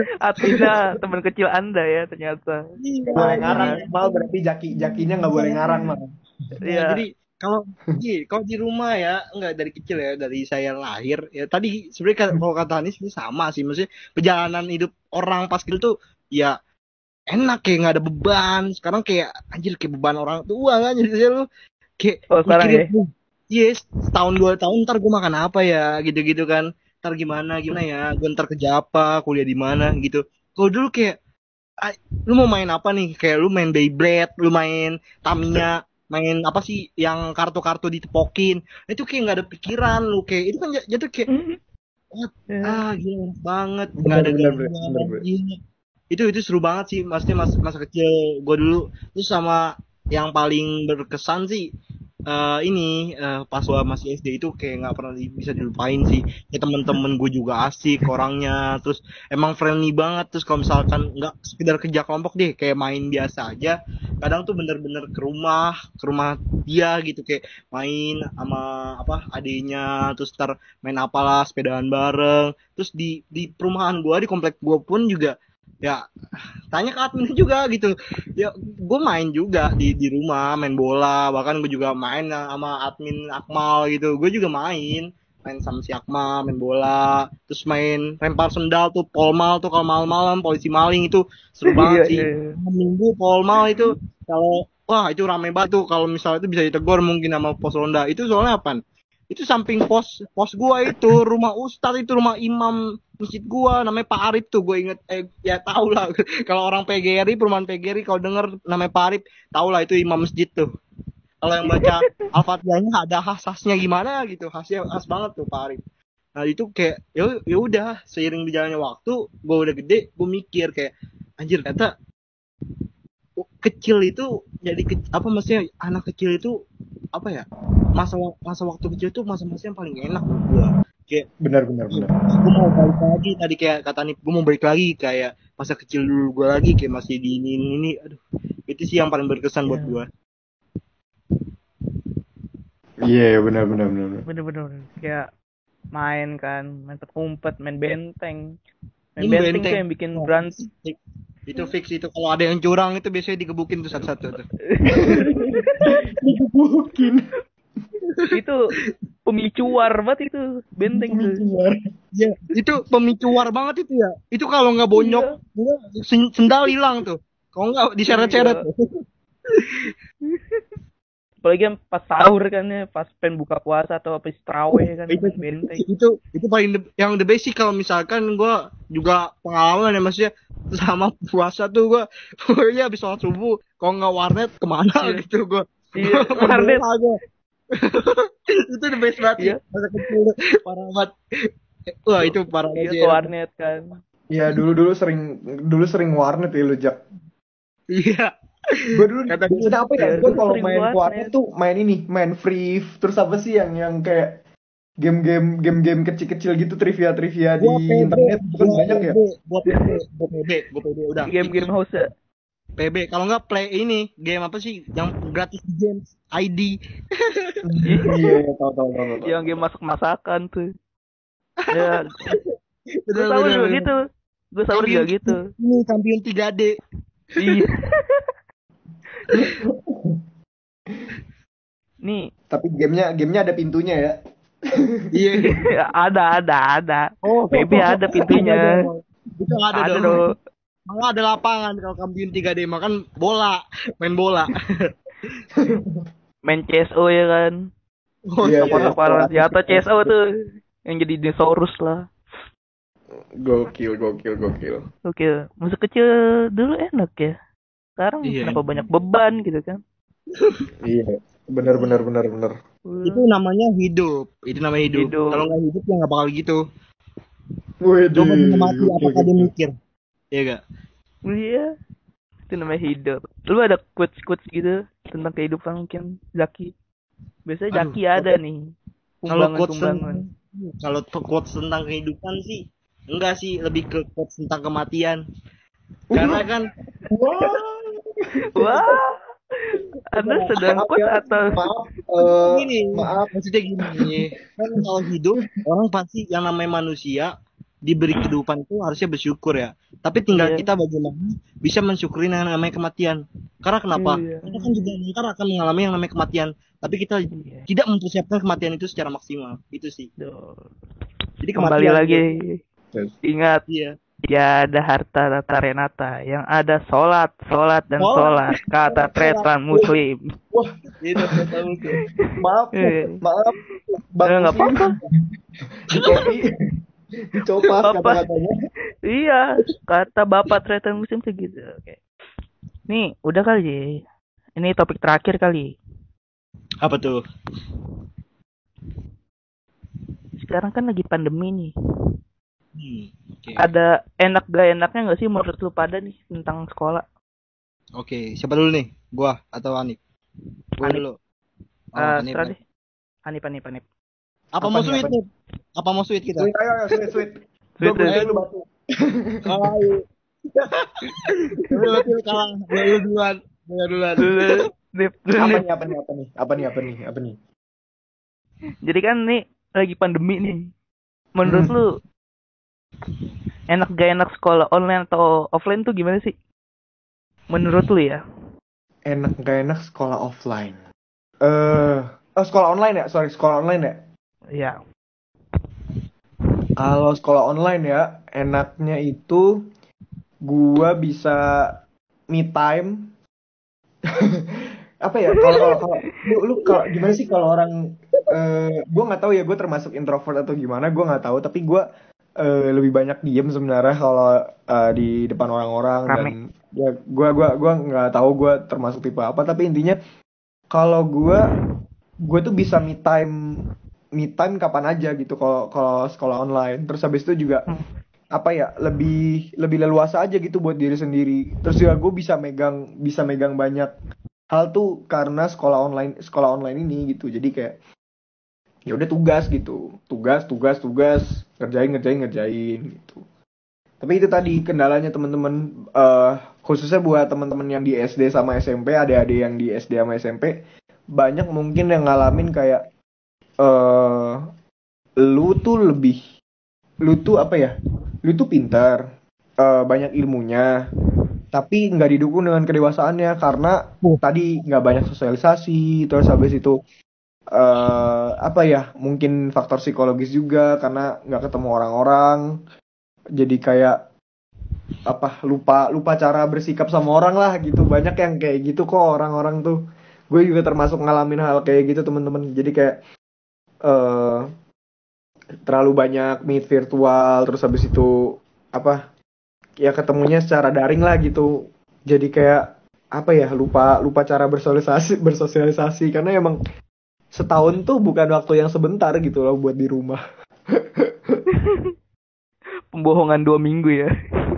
Atina teman kecil Anda ya ternyata. Iya, Gak boleh ngarang, jadi mal berarti jaki jakinya nggak boleh ngarang mal. Nah, Iya. jadi kalau iya, kalau di rumah ya enggak dari kecil ya, dari saya lahir ya tadi sebenarnya kan kalau kata Anis ini sama sih, maksudnya perjalanan hidup orang pas kecil tuh ya enak kayak nggak ada beban. Sekarang kayak anjir kayak beban orang tua kan, jadi lu kayak Oh sekarang mikirin ya. yes setahun dua tahun ntar gue makan apa ya gitu-gitu kan, ntar gimana gimana ya gue ntar kerja apa, kuliah di mana gitu. Kalau dulu kayak ah, lu mau main apa nih, kayak lu main Beyblade, lu main Tamiya, main apa sih yang kartu-kartu ditepokin. Nah, itu kayak nggak ada pikiran lu, kayak itu kan j- jatuh kayak what? Ya. Ah gila enak banget, nggak Bener ada bener bener bener, gangguan. bener. Iya. itu itu seru banget sih, maksudnya masa, masa kecil gue dulu. Terus sama yang paling berkesan sih eh, ini eh, pas gua masih S D itu kayak nggak pernah di- bisa dilupain sih. Ya temen-temen gue juga asik orangnya, terus emang friendly banget. Terus kalau misalkan nggak sekedar kerja kelompok deh, kayak main biasa aja, kadang tuh bener-bener ke rumah ke rumah dia gitu, kayak main sama apa adenya, terus ntar main apalah sepedaan bareng. Terus di di perumahan gua, di komplek gua pun juga ya tanya ke admin juga gitu ya, gue main juga di di rumah main bola, bahkan gue juga main sama admin Akmal gitu, gue juga main main sama si Akmal main bola, terus main lempar sendal tuh polmal tuh kalau malam-malam polisi maling itu seru Iya, banget sih. iya, iya. Minggu polmal itu kalau wah itu rame banget tuh, kalau misalnya itu bisa ditegur mungkin sama pos ronda itu, soalnya apa, itu samping pos pos gua itu rumah ustad, itu rumah imam masjid gua namanya Pak Arif tuh, gue inget eh ya tau lah kalau orang P G R I, perumahan P G R I kalau denger namanya Pak Arif tau lah itu imam masjid tuh. Kalau yang baca Al-Fatihahnya ada khas-khasnya gimana gitu, khasnya khas banget tuh Pak Arif. Nah itu kayak ya ya udah seiring berjalannya waktu, gue udah gede, gue mikir kayak anjir kata kecil itu jadi ke, apa maksudnya anak kecil itu apa ya masa masa waktu kecil itu masa-masa yang paling enak buat gue kayak Benar benar benar. gue mau balik lagi tadi kayak kata Nip gue mau balik lagi kayak masa kecil dulu gue lagi kayak masih di ini ini aduh itu sih yang paling berkesan buat Iya. gue. Iya yeah, benar benar benar. Bener-bener kayak main kan, main petak umpet, main benteng. Main Ini benteng, benteng. tuh yang bikin Oh, berantem. itu fix itu kalau ada yang curang itu biasanya digebukin tuh satu-satu tuh. Digebukin. Itu pemicu war banget itu benteng tuh. Ya, itu pemicu war banget itu ya. Itu kalau nggak bonyok, enggak, sen- sendal hilang tuh. Kalau nggak diseret-seret. Iya. Apalagi yang pas sahur kan ya, pas pengen buka puasa atau habis taraweh kan itu, main benteng. itu itu paling the, yang the best sih kalau misalkan gue juga pengalaman ya maksudnya sama puasa tuh gue pokoknya habis sholat subuh kalau nggak warnet kemana Iya. gitu gue Iya, warnet. itu the best banget Iya. masa kecil parah banget. Wah itu parah Iya, banget ke ya. warnet kan. Iya dulu dulu sering dulu sering warnet ya lu Jak. Iya. Gue dulu Kata maksudnya apa ya? Iya, Gue dulu kalau sering main warnet. ke warnet tuh main ini, main free terus apa sih yang yang kayak game-game game-game kecil-kecil gitu trivia-trivia di gua P B, internet itu kan gua banyak ya. P B, gua P B, gua P B, gua P B udah. Game-game house ya. P B kalau nggak play ini game apa sih yang gratis di games I D. Iya, tahu tahu tahu tahu. Yang game masak-masakan tuh. Ya, gue Bener, sahur bener, juga bener. gitu. Gue sahur juga gitu. Ini kampion tiga D. Iya. Nih, Tapi gamenya gamenya ada pintunya ya. Iya. ada ada ada. Oh, B B ada pintunya. Itu ada, Ada dong. dong. Malah ada lapangan kalau kampion tiga D makan bola, main bola. Main C S O ya kan. Oh, Iya, sama iya. Apa jatuh C S O tuh yang jadi dinosaurus lah. Gokil gokil gokil. Oke, masa kecil dulu enak ya. Sekarang Iya. kenapa banyak beban gitu kan? Iya. Benar benar benar benar. Itu namanya hidup. Itu namanya hidup. Hidup. Kalau nggak hidup ya nggak bakal gitu. Wih, Coba dia mati apakah dia mikir? Iya gak? Iya. Itu namanya hidup. Lu ada quotes-quotes gitu tentang kehidupan mungkin Zaki? Biasanya Aduh, Zaki ada nih. Kalau quotes Kumbangan-kumbangan. tentang, kalau to- quotes tentang kehidupan sih enggak sih, lebih ke quotes tentang kematian. Karena kan Wah. Anda sedang Maaf quote ya, atau maaf eh, gini, maaf maksudnya gini, kan kalau hidup orang pasti yang namanya manusia diberi kehidupan itu harusnya bersyukur ya. Tapi tinggal Iya. kita bagaimana bisa mensyukuri yang namanya kematian. Karena kenapa? Iya. Kita kan juga ntar akan mengalami yang namanya kematian. Tapi kita Iya. tidak mempersiapkan kematian itu secara maksimal. Itu sih. Duh. Jadi Kembali kematian lagi. Yes. Ingat, Iya. ya ada harta tata renata, yang ada sholat, sholat dan Sholat. sholat, kata tretan muslim. Wah, Itu saya tahu tuh. maaf Eh. maaf Bang Eh, nggak Muslim. apa-apa. Di copy dicopas Apa? kata-katanya. Iya, kata bapak tretan muslim segitu. Oke. Nih, udah kali. Ini topik terakhir kali. Apa tuh? Sekarang kan lagi pandemi nih. Hmm, Oke. Ada enak gak enaknya nggak sih menurut lu pada nih tentang sekolah? Oke, siapa dulu nih? Gua atau Anip? Gua Anip. dulu. Oh, Eh, Anip. serah deh. Anip, Anip, Anip. Apa, Apa mau nih, sweet apa nih? Apa mau sweet kita? Sweet ayo, ayo, sweet sweet. Sweet, Gue sweet. lu batu. Oh, iya. Tapi berarti lu kalah. Gua lu duluan. Gua duluan. Dip, Apa Dip. nih apa nih apa nih apa nih apa nih apa nih? Jadi kan nih lagi pandemi nih. Menurut Hmm. lu enak gak enak sekolah online atau offline tuh gimana sih? Menurut lu ya? Enak gak enak sekolah offline? Eh, oh sekolah online ya? Sorry sekolah online ya? Ya. Kalau sekolah online ya, enaknya itu gua bisa me time. Apa ya? Kalau kalau kalau lu lu kalau gimana sih kalau orang eh gua nggak tahu ya, gua termasuk introvert atau gimana, gua nggak tahu, tapi gua eh, lebih banyak diem sebenarnya kalau eh, di depan orang-orang. Rame. Dan ya gua gua gua nggak tahu gua termasuk tipe apa, tapi intinya kalau gua gua tuh bisa me time me time kapan aja gitu kalau kalau sekolah online. Terus habis itu juga Hmm. apa ya, lebih lebih leluasa aja gitu buat diri sendiri. Terus juga gue bisa megang bisa megang banyak hal tuh karena sekolah online sekolah online ini gitu. Jadi kayak ya udah tugas gitu, tugas tugas tugas, ngerjain ngerjain ngerjain gitu. Tapi itu tadi kendalanya teman-teman, eh khususnya buat teman-teman yang di S D sama S M P, adik-adik yang di S D sama S M P, banyak mungkin yang ngalamin kayak eh lu tuh lebih, lu tuh apa ya, lu tuh pintar, eh, banyak ilmunya, tapi nggak didukung dengan kedewasaannya karena Uh. tadi nggak banyak sosialisasi. Terus habis itu eh apa ya, mungkin faktor psikologis juga karena nggak ketemu orang-orang, jadi kayak apa, lupa lupa cara bersikap sama orang lah gitu. Banyak yang kayak gitu kok orang-orang tuh. Gue juga termasuk ngalamin hal kayak gitu teman-teman. Jadi kayak eh terlalu banyak meet virtual, terus habis itu apa ya, ketemunya secara daring lah gitu. Jadi kayak apa ya, lupa lupa cara bersosialisasi bersosialisasi karena emang setahun tuh bukan waktu yang sebentar gitu loh buat di rumah. Pembohongan dua minggu ya.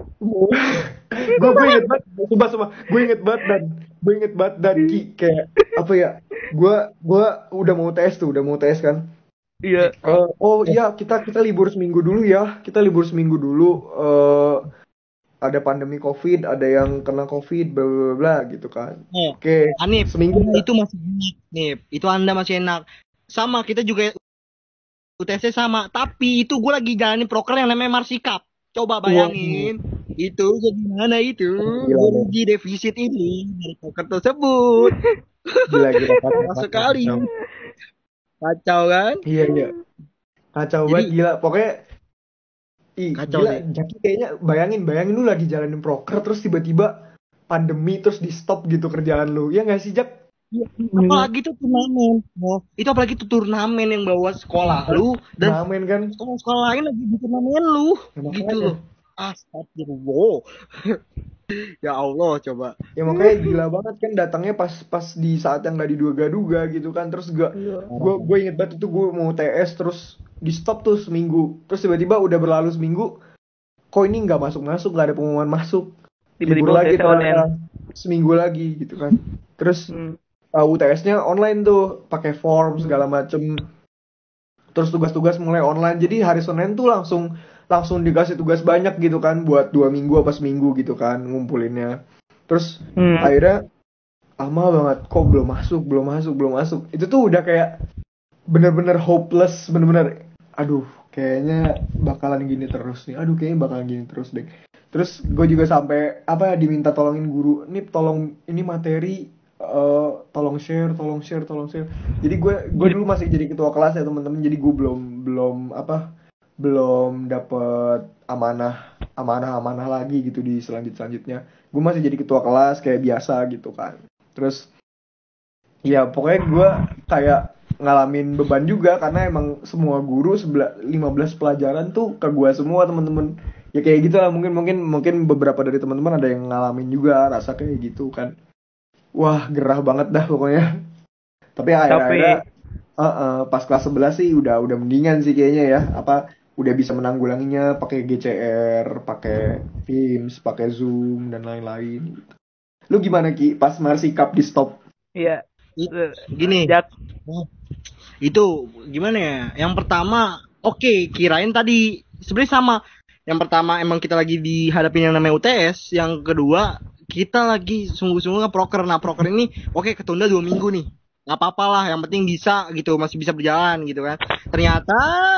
gue gue inget banget, sumpah sumpah gue inget banget dan gue inget banget dan Ki, kayak apa ya, gue gue udah mau tes tuh udah mau tes kan. Iya. Eh, oh iya, kita kita libur seminggu dulu ya, kita libur seminggu dulu. eh ada pandemi COVID, ada yang kena COVID, bla bla bla gitu kan. Eh, Oke, Hanif, seminggu Anda itu masih enak, Nip. Itu Anda masih enak. Sama, kita juga U T S sama. Tapi itu gue lagi jalanin proker yang namanya Marsikap. Coba bayangin. Itu jadi mana itu? Gila, Gue gila. rugi defisit ini dari proker tersebut. gila gila kacau, Parah kacau, sekali. kacau. Kacau kan? Iya iya, kacau Jadi banget, gila pokoknya. Ih, kacau gila, sih. Jaki kayaknya bayangin, bayangin lu lagi jalanin proker terus tiba-tiba pandemi terus di stop gitu kerjaan lu. Ya nggak sih, Jak? Iya, apalagi tuh turnamen. Oh, itu apalagi tuh turnamen yang bawa sekolah lu dan Ngamen kan? sekolah-sekolah lain lagi di turnamen lu. Ya, Gitu makanya. loh. Astagfirullah. Ya Allah, coba. Ya makanya gila banget kan, datangnya pas pas di saat yang nggak diduga-duga gitu kan. Terus gak, gue gue inget banget itu gue mau T S terus di stop tuh seminggu. Terus tiba-tiba udah berlalu seminggu, kok ini nggak masuk-masuk, nggak ada pengumuman masuk. Libur Tiba-tiba lagi U T S online. ternyata, seminggu lagi gitu kan. Terus Hmm. uh, U T S-nya online tuh, pakai form segala macem. Terus tugas-tugas mulai online. Jadi hari Senin tuh langsung langsung dikasih tugas banyak gitu kan, buat dua minggu apa seminggu gitu kan ngumpulinnya. Terus Hmm. akhirnya lama banget, kok belum masuk, belum masuk, belum masuk. Itu tuh udah kayak bener-bener hopeless, bener-bener aduh kayaknya bakalan gini terus nih, aduh kayaknya bakalan gini terus deh. Terus gue juga sampai apa ya, diminta tolongin guru, nih tolong ini materi, eh, tolong share, tolong share, tolong share. Jadi gue gue dulu masih jadi ketua kelas ya teman-teman, jadi gue belum belum apa belum dapet amanah amanah amanah lagi gitu di selanjut selanjutnya. Gue masih jadi ketua kelas kayak biasa gitu kan. Terus ya pokoknya gue kayak ngalamin beban juga karena emang semua guru sebelah lima belas pelajaran tuh ke gue semua temen-temen. Ya kayak gitu lah, mungkin mungkin mungkin beberapa dari teman-teman ada yang ngalamin juga rasa kayak gitu kan. Wah, gerah banget dah pokoknya. Tapi akhir-akhirnya uh, uh, pas kelas sebelas sih udah udah mendingan sih kayaknya ya. Apa udah bisa menanggulanginya pakai G C R, pakai Teams, pakai Zoom dan lain-lain gitu. Lu gimana Ki pas Marsikap di stop? Iya. Gini. Jak. Itu gimana ya? Yang pertama, oke, okay, kirain tadi sebenarnya sama. Yang pertama emang kita lagi dihadapin yang namanya U T S. Yang kedua kita lagi sungguh-sungguh nge-proker. Nah proker ini oke okay, ketunda dua minggu nih. Gak apa-apa lah, yang penting bisa gitu, masih bisa berjalan gitu kan. Ternyata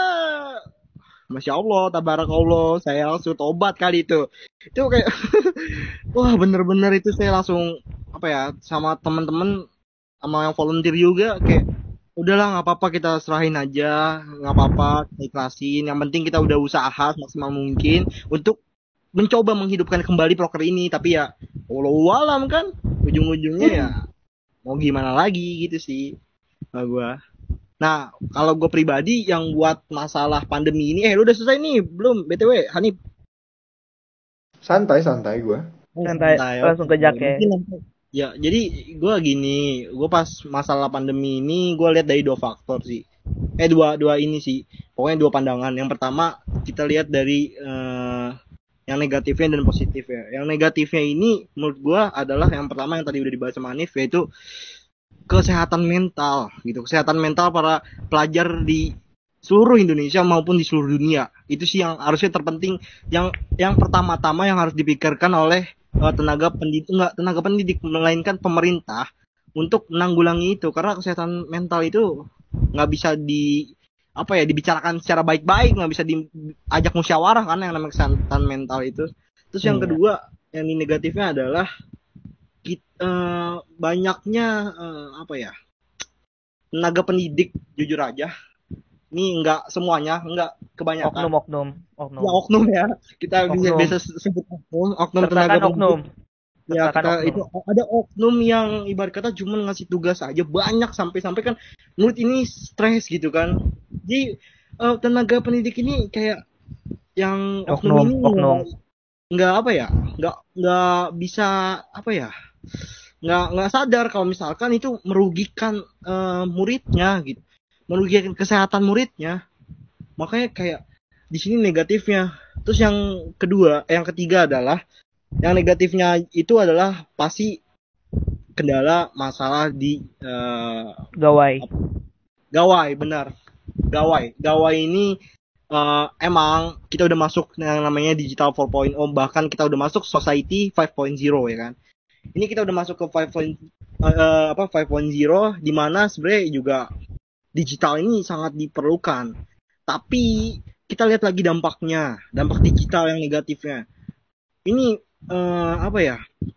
Masya Allah, tabarakallah, saya langsung tobat kali itu. Itu kayak wah bener-bener itu saya langsung apa ya, sama teman-teman sama yang volunteer juga kayak udahlah nggak apa-apa, kita serahin aja, nggak apa-apa, kita ikhlasin. Yang penting kita udah usaha maksimal mungkin untuk mencoba menghidupkan kembali proker ini. Tapi ya wallahu alam kan, ujung-ujungnya ya mau gimana lagi gitu sih lah gua. Nah kalau gue pribadi yang buat masalah pandemi ini, eh lu udah selesai nih belum B T W Hanif? Santai santai gue. Santai, langsung ke Jak ya. Mungkin nanti, Ya, jadi gue gini, gue pas masalah pandemi ini gue lihat dari dua faktor sih. Eh dua dua ini sih, pokoknya dua pandangan. Yang pertama kita lihat dari eh, yang negatifnya dan positifnya. Yang negatifnya ini menurut gue adalah yang pertama yang tadi udah dibahas sama Hanif, yaitu kesehatan mental gitu. Kesehatan mental para pelajar di seluruh Indonesia maupun di seluruh dunia. Itu sih yang harusnya terpenting, yang yang pertama-tama yang harus dipikirkan oleh uh, tenaga pendidik, enggak tenaga pendidik, melainkan pemerintah untuk menanggulangi itu, karena kesehatan mental itu nggak bisa di apa ya dibicarakan secara baik-baik, nggak bisa diajak musyawarah kan yang namanya kesehatan mental itu. Terus yang Iya. kedua, yang ini negatifnya adalah kita, uh, banyaknya uh, apa ya tenaga pendidik, jujur aja ini nggak semuanya, nggak kebanyakan Oknum, oknum, oknum. ya oknum ya, kita bisa Oknum. biasa sebut oknum, oknum tenaga Sertakan oknum. pendidik. Ya Sertakan kita oknum. itu ada oknum yang ibarat kata cuma ngasih tugas aja banyak, sampai-sampai kan murid ini stres gitu kan. Jadi uh, tenaga pendidik ini kayak yang oknum Oknum, ini oknum. nggak nggak apa ya, nggak nggak bisa apa ya, nggak nggak sadar kalau misalkan itu merugikan uh, muridnya gitu, merugikan kesehatan muridnya. Makanya kayak di sini negatifnya. Terus yang kedua, yang ketiga adalah yang negatifnya itu adalah pasti kendala masalah di uh, Gawai. gawai, benar. Gawai. Gawai ini uh, emang kita udah masuk yang namanya digital empat titik nol, bahkan kita udah masuk society lima titik nol ya kan. Ini kita udah masuk ke lima, uh, apa lima titik nol di mana sebenarnya juga digital ini sangat diperlukan. Tapi kita lihat lagi dampaknya, dampak digital yang negatifnya. Ini uh, apa ya?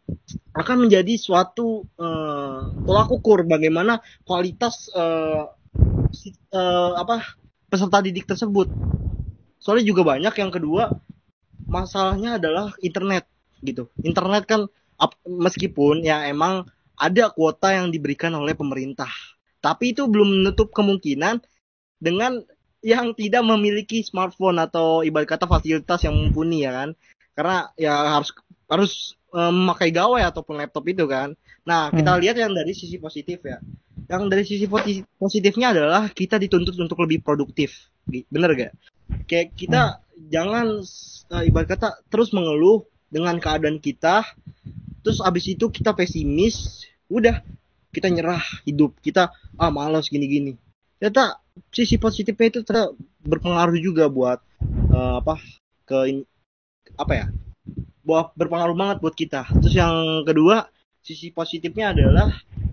Akan menjadi suatu uh, tolak ukur bagaimana kualitas uh, si, uh, apa peserta didik tersebut. Soalnya juga banyak yang kedua, masalahnya adalah internet gitu. Internet kan ap, meskipun ya emang ada kuota yang diberikan oleh pemerintah, tapi itu belum menutup kemungkinan dengan yang tidak memiliki smartphone atau ibarat kata fasilitas yang mumpuni ya kan, karena ya harus harus memakai um, gawai ataupun laptop itu kan. Nah kita hmm. lihat yang dari sisi positif ya, yang dari sisi positifnya adalah kita dituntut untuk lebih produktif, bener gak? Kayak kita hmm. jangan uh, ibarat kata terus mengeluh dengan keadaan kita, terus abis itu kita pesimis, udah kita nyerah hidup kita, ah malas gini-gini. Ternyata sisi positifnya itu ternyata berpengaruh juga buat uh, apa ke apa ya, buat berpengaruh banget buat kita. Terus yang kedua, sisi positifnya adalah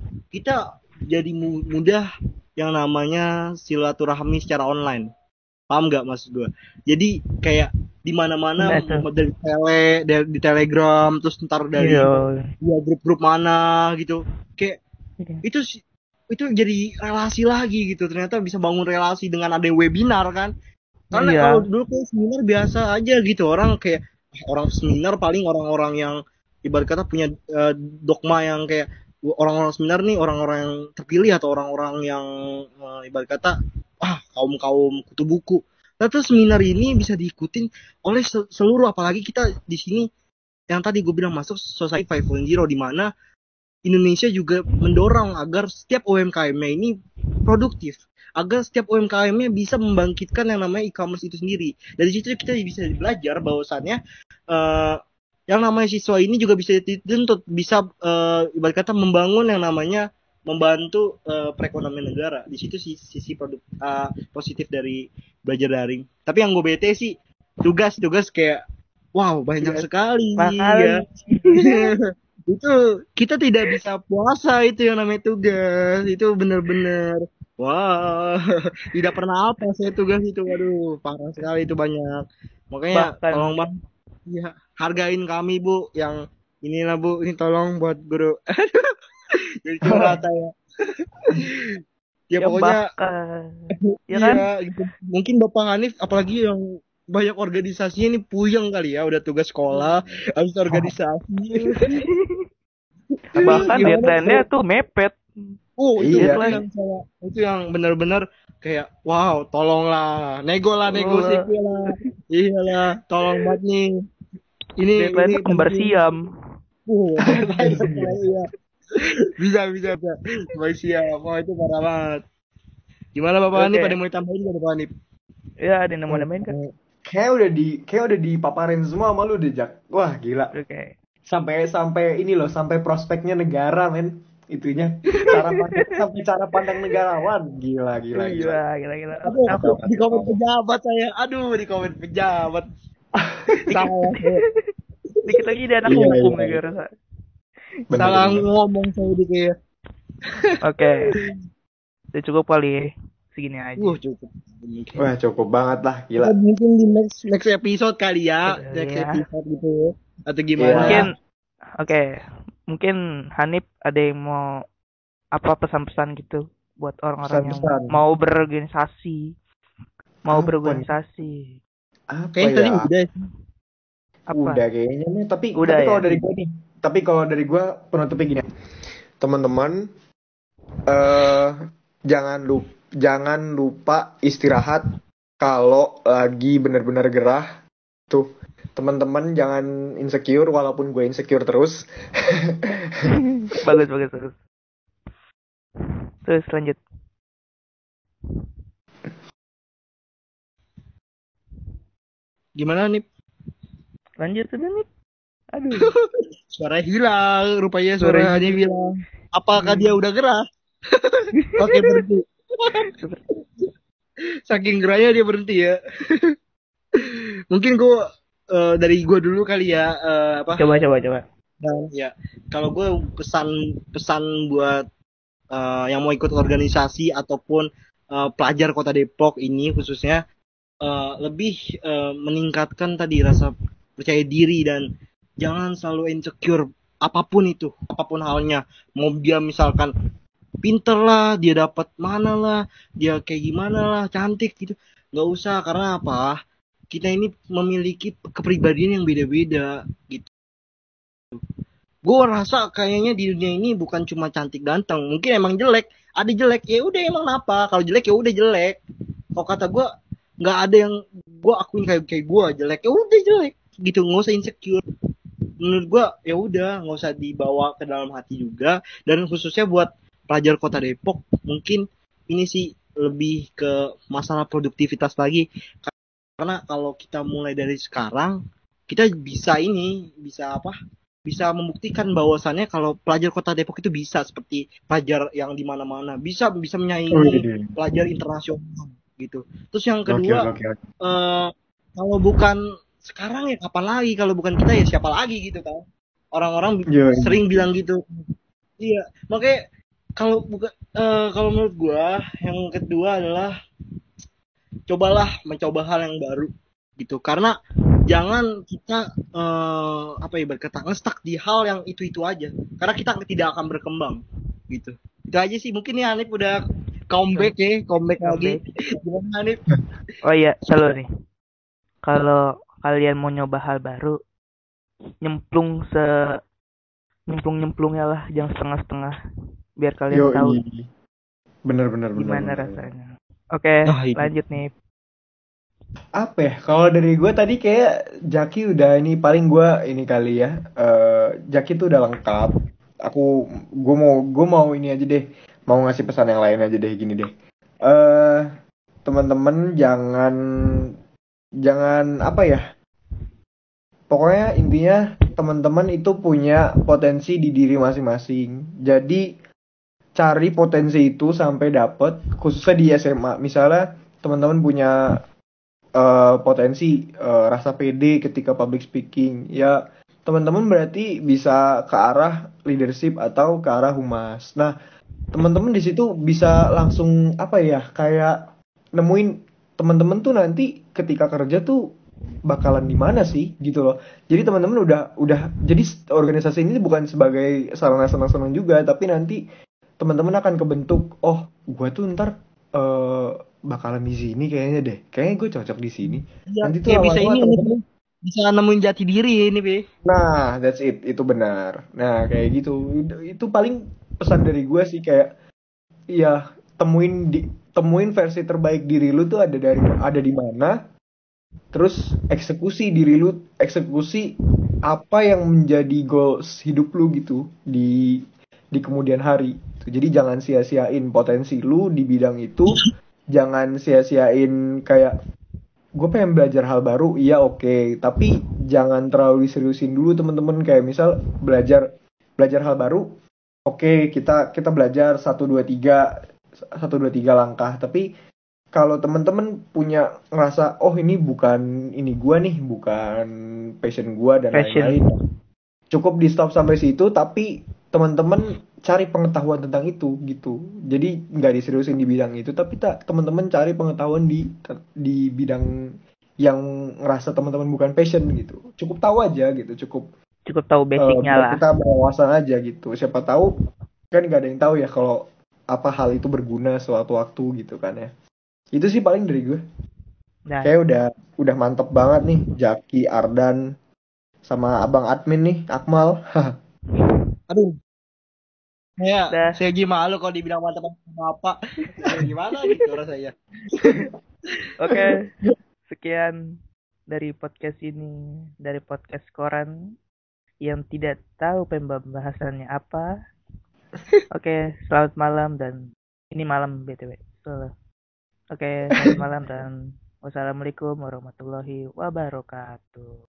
kita jadi mudah yang namanya silaturahmi secara online. Paham nggak maksud gue? Jadi kayak di mana-mana dari tele, dari di Telegram, terus ntar dari ya, grup-grup mana gitu, kayak yeah. itu itu jadi relasi lagi gitu. Ternyata bisa bangun relasi dengan ada webinar kan. Karena yeah. kalau dulu kayak seminar biasa aja gitu, orang kayak orang seminar paling orang-orang yang ibarat kata punya uh, dogma yang kayak orang-orang seminar nih orang-orang yang terpilih atau orang-orang yang uh, ibarat kata ah kaum-kaum kutu buku. Nah, terus seminar ini bisa diikutin oleh seluruh, apalagi kita di sini yang tadi gue bilang masuk society lima titik nol di mana Indonesia juga mendorong agar setiap U M K M-nya ini produktif, agar setiap U M K M-nya bisa membangkitkan yang namanya e-commerce itu sendiri. Dari situ kita bisa belajar bahwasannya uh, yang namanya siswa ini juga bisa dituntut bisa uh, ibarat kata membangun yang namanya membantu uh, perekonomian negara. Di situ sisi, sisi produk uh, positif dari belajar daring. Tapi yang gue bete sih tugas-tugas kayak wow banyak ya, sekali ya. Itu kita tidak bisa puasa, itu yang namanya tugas. Itu benar-benar wah, tidak pernah apa saya tugas itu. Waduh, parah sekali itu banyak. Makanya bahkan, tolong Bang ya, hargain kami Bu yang inilah Bu, ini tolong buat guru. Jadi curhat ya. Ya, ya pokoknya bahkan, ya kan? Ya, gitu. Mungkin Bapak Hanif apalagi yang banyak organisasinya ini puyeng kali ya, udah tugas sekolah, habis organisasi. Bahkan deadline-nya tuh mepet. Oh, itu iya. yang salah. Itu yang benar-benar kayak wow, tolonglah, nego lah, negosiasi lah. Iyalah, tolong banget nih. Ini deadline-nya kembar siam. Oh, iya. bisa bisa bisa. Baik siap. Wah itu parah banget. Gimana Bapak Hanif? Oke. Ada yang mau ditambahin nggak Bapak Hanif? Ya, ada yang mau nambahin kan? Kayak udah di kayak udah dipaparin semua sama lu deh, Jak. Wah, gila. Oke. Sampai sampai ini loh, sampai prospeknya negara, men. Itunya cara pandang, sampai cara pandang negarawan. Gila, gila, gila. Gila, gila, gila. Aduh, Aku di komen pejabat saya. Aduh, di komen pejabat. Salah. dikit lagi dia anak Iya, hukum iya, nih iya. gue rasa. Bener, Salah bener. ngomong saya di kayak. Oke. Udah cukup kali segini aja. Wah, cukup. Wah, cukup banget lah, gila. Kita mungkin di next next episode kali ya, Betul, next ya. episode gitu ya. Atau gimana? Iya. Mungkin oke, mungkin Hanif ada yang mau apa pesan-pesan gitu buat orang-orang yang Pesan-pesan. mau berorganisasi, mau Apa berorganisasi. Apa Kayaknya tadi ya? udah. Apa? Udah kayaknya nih, tapi Udah tapi ya? kalau dari gue nih, tapi kalau dari gue penutupnya gini, teman-teman, eh jangan lupa jangan lupa istirahat kalau lagi benar-benar gerah. Tuh, teman-teman jangan insecure walaupun gue insecure terus. bagus, bagus, bagus. Terus lanjut. Gimana nih? Lanjut sudah nih. Aduh. Suaranya hilang, rupanya Suaranya suaranya hilang. Apakah dia udah gerah? Oke, berhenti. Saking gerahnya dia berhenti ya. Mungkin gue uh, dari gue dulu kali ya, uh, apa? Coba, coba, coba. Dan ya, kalau gue pesan pesan buat uh, yang mau ikut organisasi ataupun uh, pelajar Kota Depok ini khususnya uh, lebih uh, meningkatkan tadi rasa percaya diri dan jangan selalu insecure apapun itu, apapun halnya. Mau dia misalkan pinter lah, dia dapat mana lah, dia kayak gimana lah, cantik gitu. Nggak usah, karena apa? Kita ini memiliki kepribadian yang beda-beda gitu. Gue rasa kayaknya di dunia ini bukan cuma cantik ganteng, mungkin emang jelek. Ada jelek, ya udah emang apa? Kalau jelek ya udah jelek. Kalau kata gue nggak ada yang gue akuin kayak kayak gue jelek, ya udah jelek gitu, nggak usah insecure. Menurut gue ya udah nggak usah dibawa ke dalam hati juga. Dan khususnya buat pelajar Kota Depok mungkin ini sih lebih ke masalah produktivitas lagi, karena kalau kita mulai dari sekarang kita bisa ini bisa apa bisa membuktikan bahwasannya kalau pelajar Kota Depok itu bisa seperti pelajar yang di mana-mana, bisa bisa menyaingi Oh, iya. pelajar internasional gitu. Terus yang kedua, Oke, oke, oke. Uh, kalau bukan sekarang ya kapan lagi, kalau bukan kita ya siapa lagi gitu kan. Orang-orang Iya, iya. sering bilang gitu. Iya, makanya kalau bukan uh, kalau menurut gua yang kedua adalah cobalah mencoba hal yang baru gitu, karena jangan kita uh, apa ya berkata ngestak di hal yang itu-itu aja, karena kita tidak akan berkembang gitu. Itu aja sih, mungkin ya Hanif udah comeback ya comeback, comeback. lagi gimana Hanif? Oh iya, selalu nih, kalau kalian mau nyoba hal baru, nyemplung se nyemplung nyemplungnya lah, jangan setengah-setengah, biar kalian Yo, tahu bener-bener gimana bener, rasanya. Oke, Nah, lanjut nih. Apa ya? Kalau dari gue tadi kayak Jaki udah ini paling gue ini kali ya. Uh, Jaki tuh udah lengkap. Aku gue mau gue mau ini aja deh. Mau ngasih pesan yang lain aja deh, gini deh. Eh uh, teman-teman jangan jangan apa ya? Pokoknya intinya teman-teman itu punya potensi di diri masing-masing. Jadi cari potensi itu sampai dapet, khususnya di S M A. Misalnya teman-teman punya uh, potensi uh, rasa pede ketika public speaking, ya teman-teman berarti bisa ke arah leadership atau ke arah humas. Nah, teman-teman di situ bisa langsung apa ya, kayak nemuin teman-teman tuh nanti ketika kerja tuh bakalan di mana sih gitu loh. Jadi teman-teman udah udah jadi organisasi ini bukan sebagai sarana senang-senang juga, tapi nanti teman-teman akan kebentuk, oh gue tuh ntar uh, bakalan di sini kayaknya deh, kayaknya gue cocok di sini. Ya, Nanti tuh ya bisa ini temen-temen, bisa nemuin jati diri ini Be. nah that's it, itu benar. Nah kayak gitu, itu paling pesan dari gue sih, kayak ya temuin di temuin versi terbaik diri lu tuh ada dari ada di mana, terus eksekusi diri lu, eksekusi apa yang menjadi goals hidup lu gitu di di kemudian hari. Jadi jangan sia-siain potensi lu di bidang itu, jangan sia-siain kayak gue pengen belajar hal baru, iya oke, okay. Tapi jangan terlalu diseriusin dulu teman-teman. Kayak misal belajar belajar hal baru, oke okay, kita kita belajar satu dua tiga satu dua tiga langkah. Tapi kalau teman-teman punya ngerasa oh ini bukan ini gue nih, bukan passion gue dan Passion. lain-lain, cukup di stop sampai situ. Tapi teman-teman cari pengetahuan tentang itu gitu. Jadi nggak diseriusin di bidang itu, tapi tak teman-teman cari pengetahuan di di bidang yang ngerasa teman-teman bukan passion gitu. Cukup tahu aja gitu, cukup Cukup tahu basicnya uh, lah. kita berwawasan aja gitu. Siapa tahu kan nggak ada yang tahu ya kalau apa hal itu berguna suatu waktu gitu kan ya. Itu sih paling dari gue. Nah, Kayak udah udah mantep banget nih Jaki, Ardan, sama abang admin nih Akmal. Aduh. Ya, dah. saya gimana malu kalau dibilang mantap sama apa. Ya, gimana gitu rasanya. Oke, sekian dari podcast ini, dari podcast koran yang tidak tahu pembahasannya apa. Oke, selamat malam dan ini malam B T W. So, Oke, selamat malam dan wassalamualaikum warahmatullahi wabarakatuh.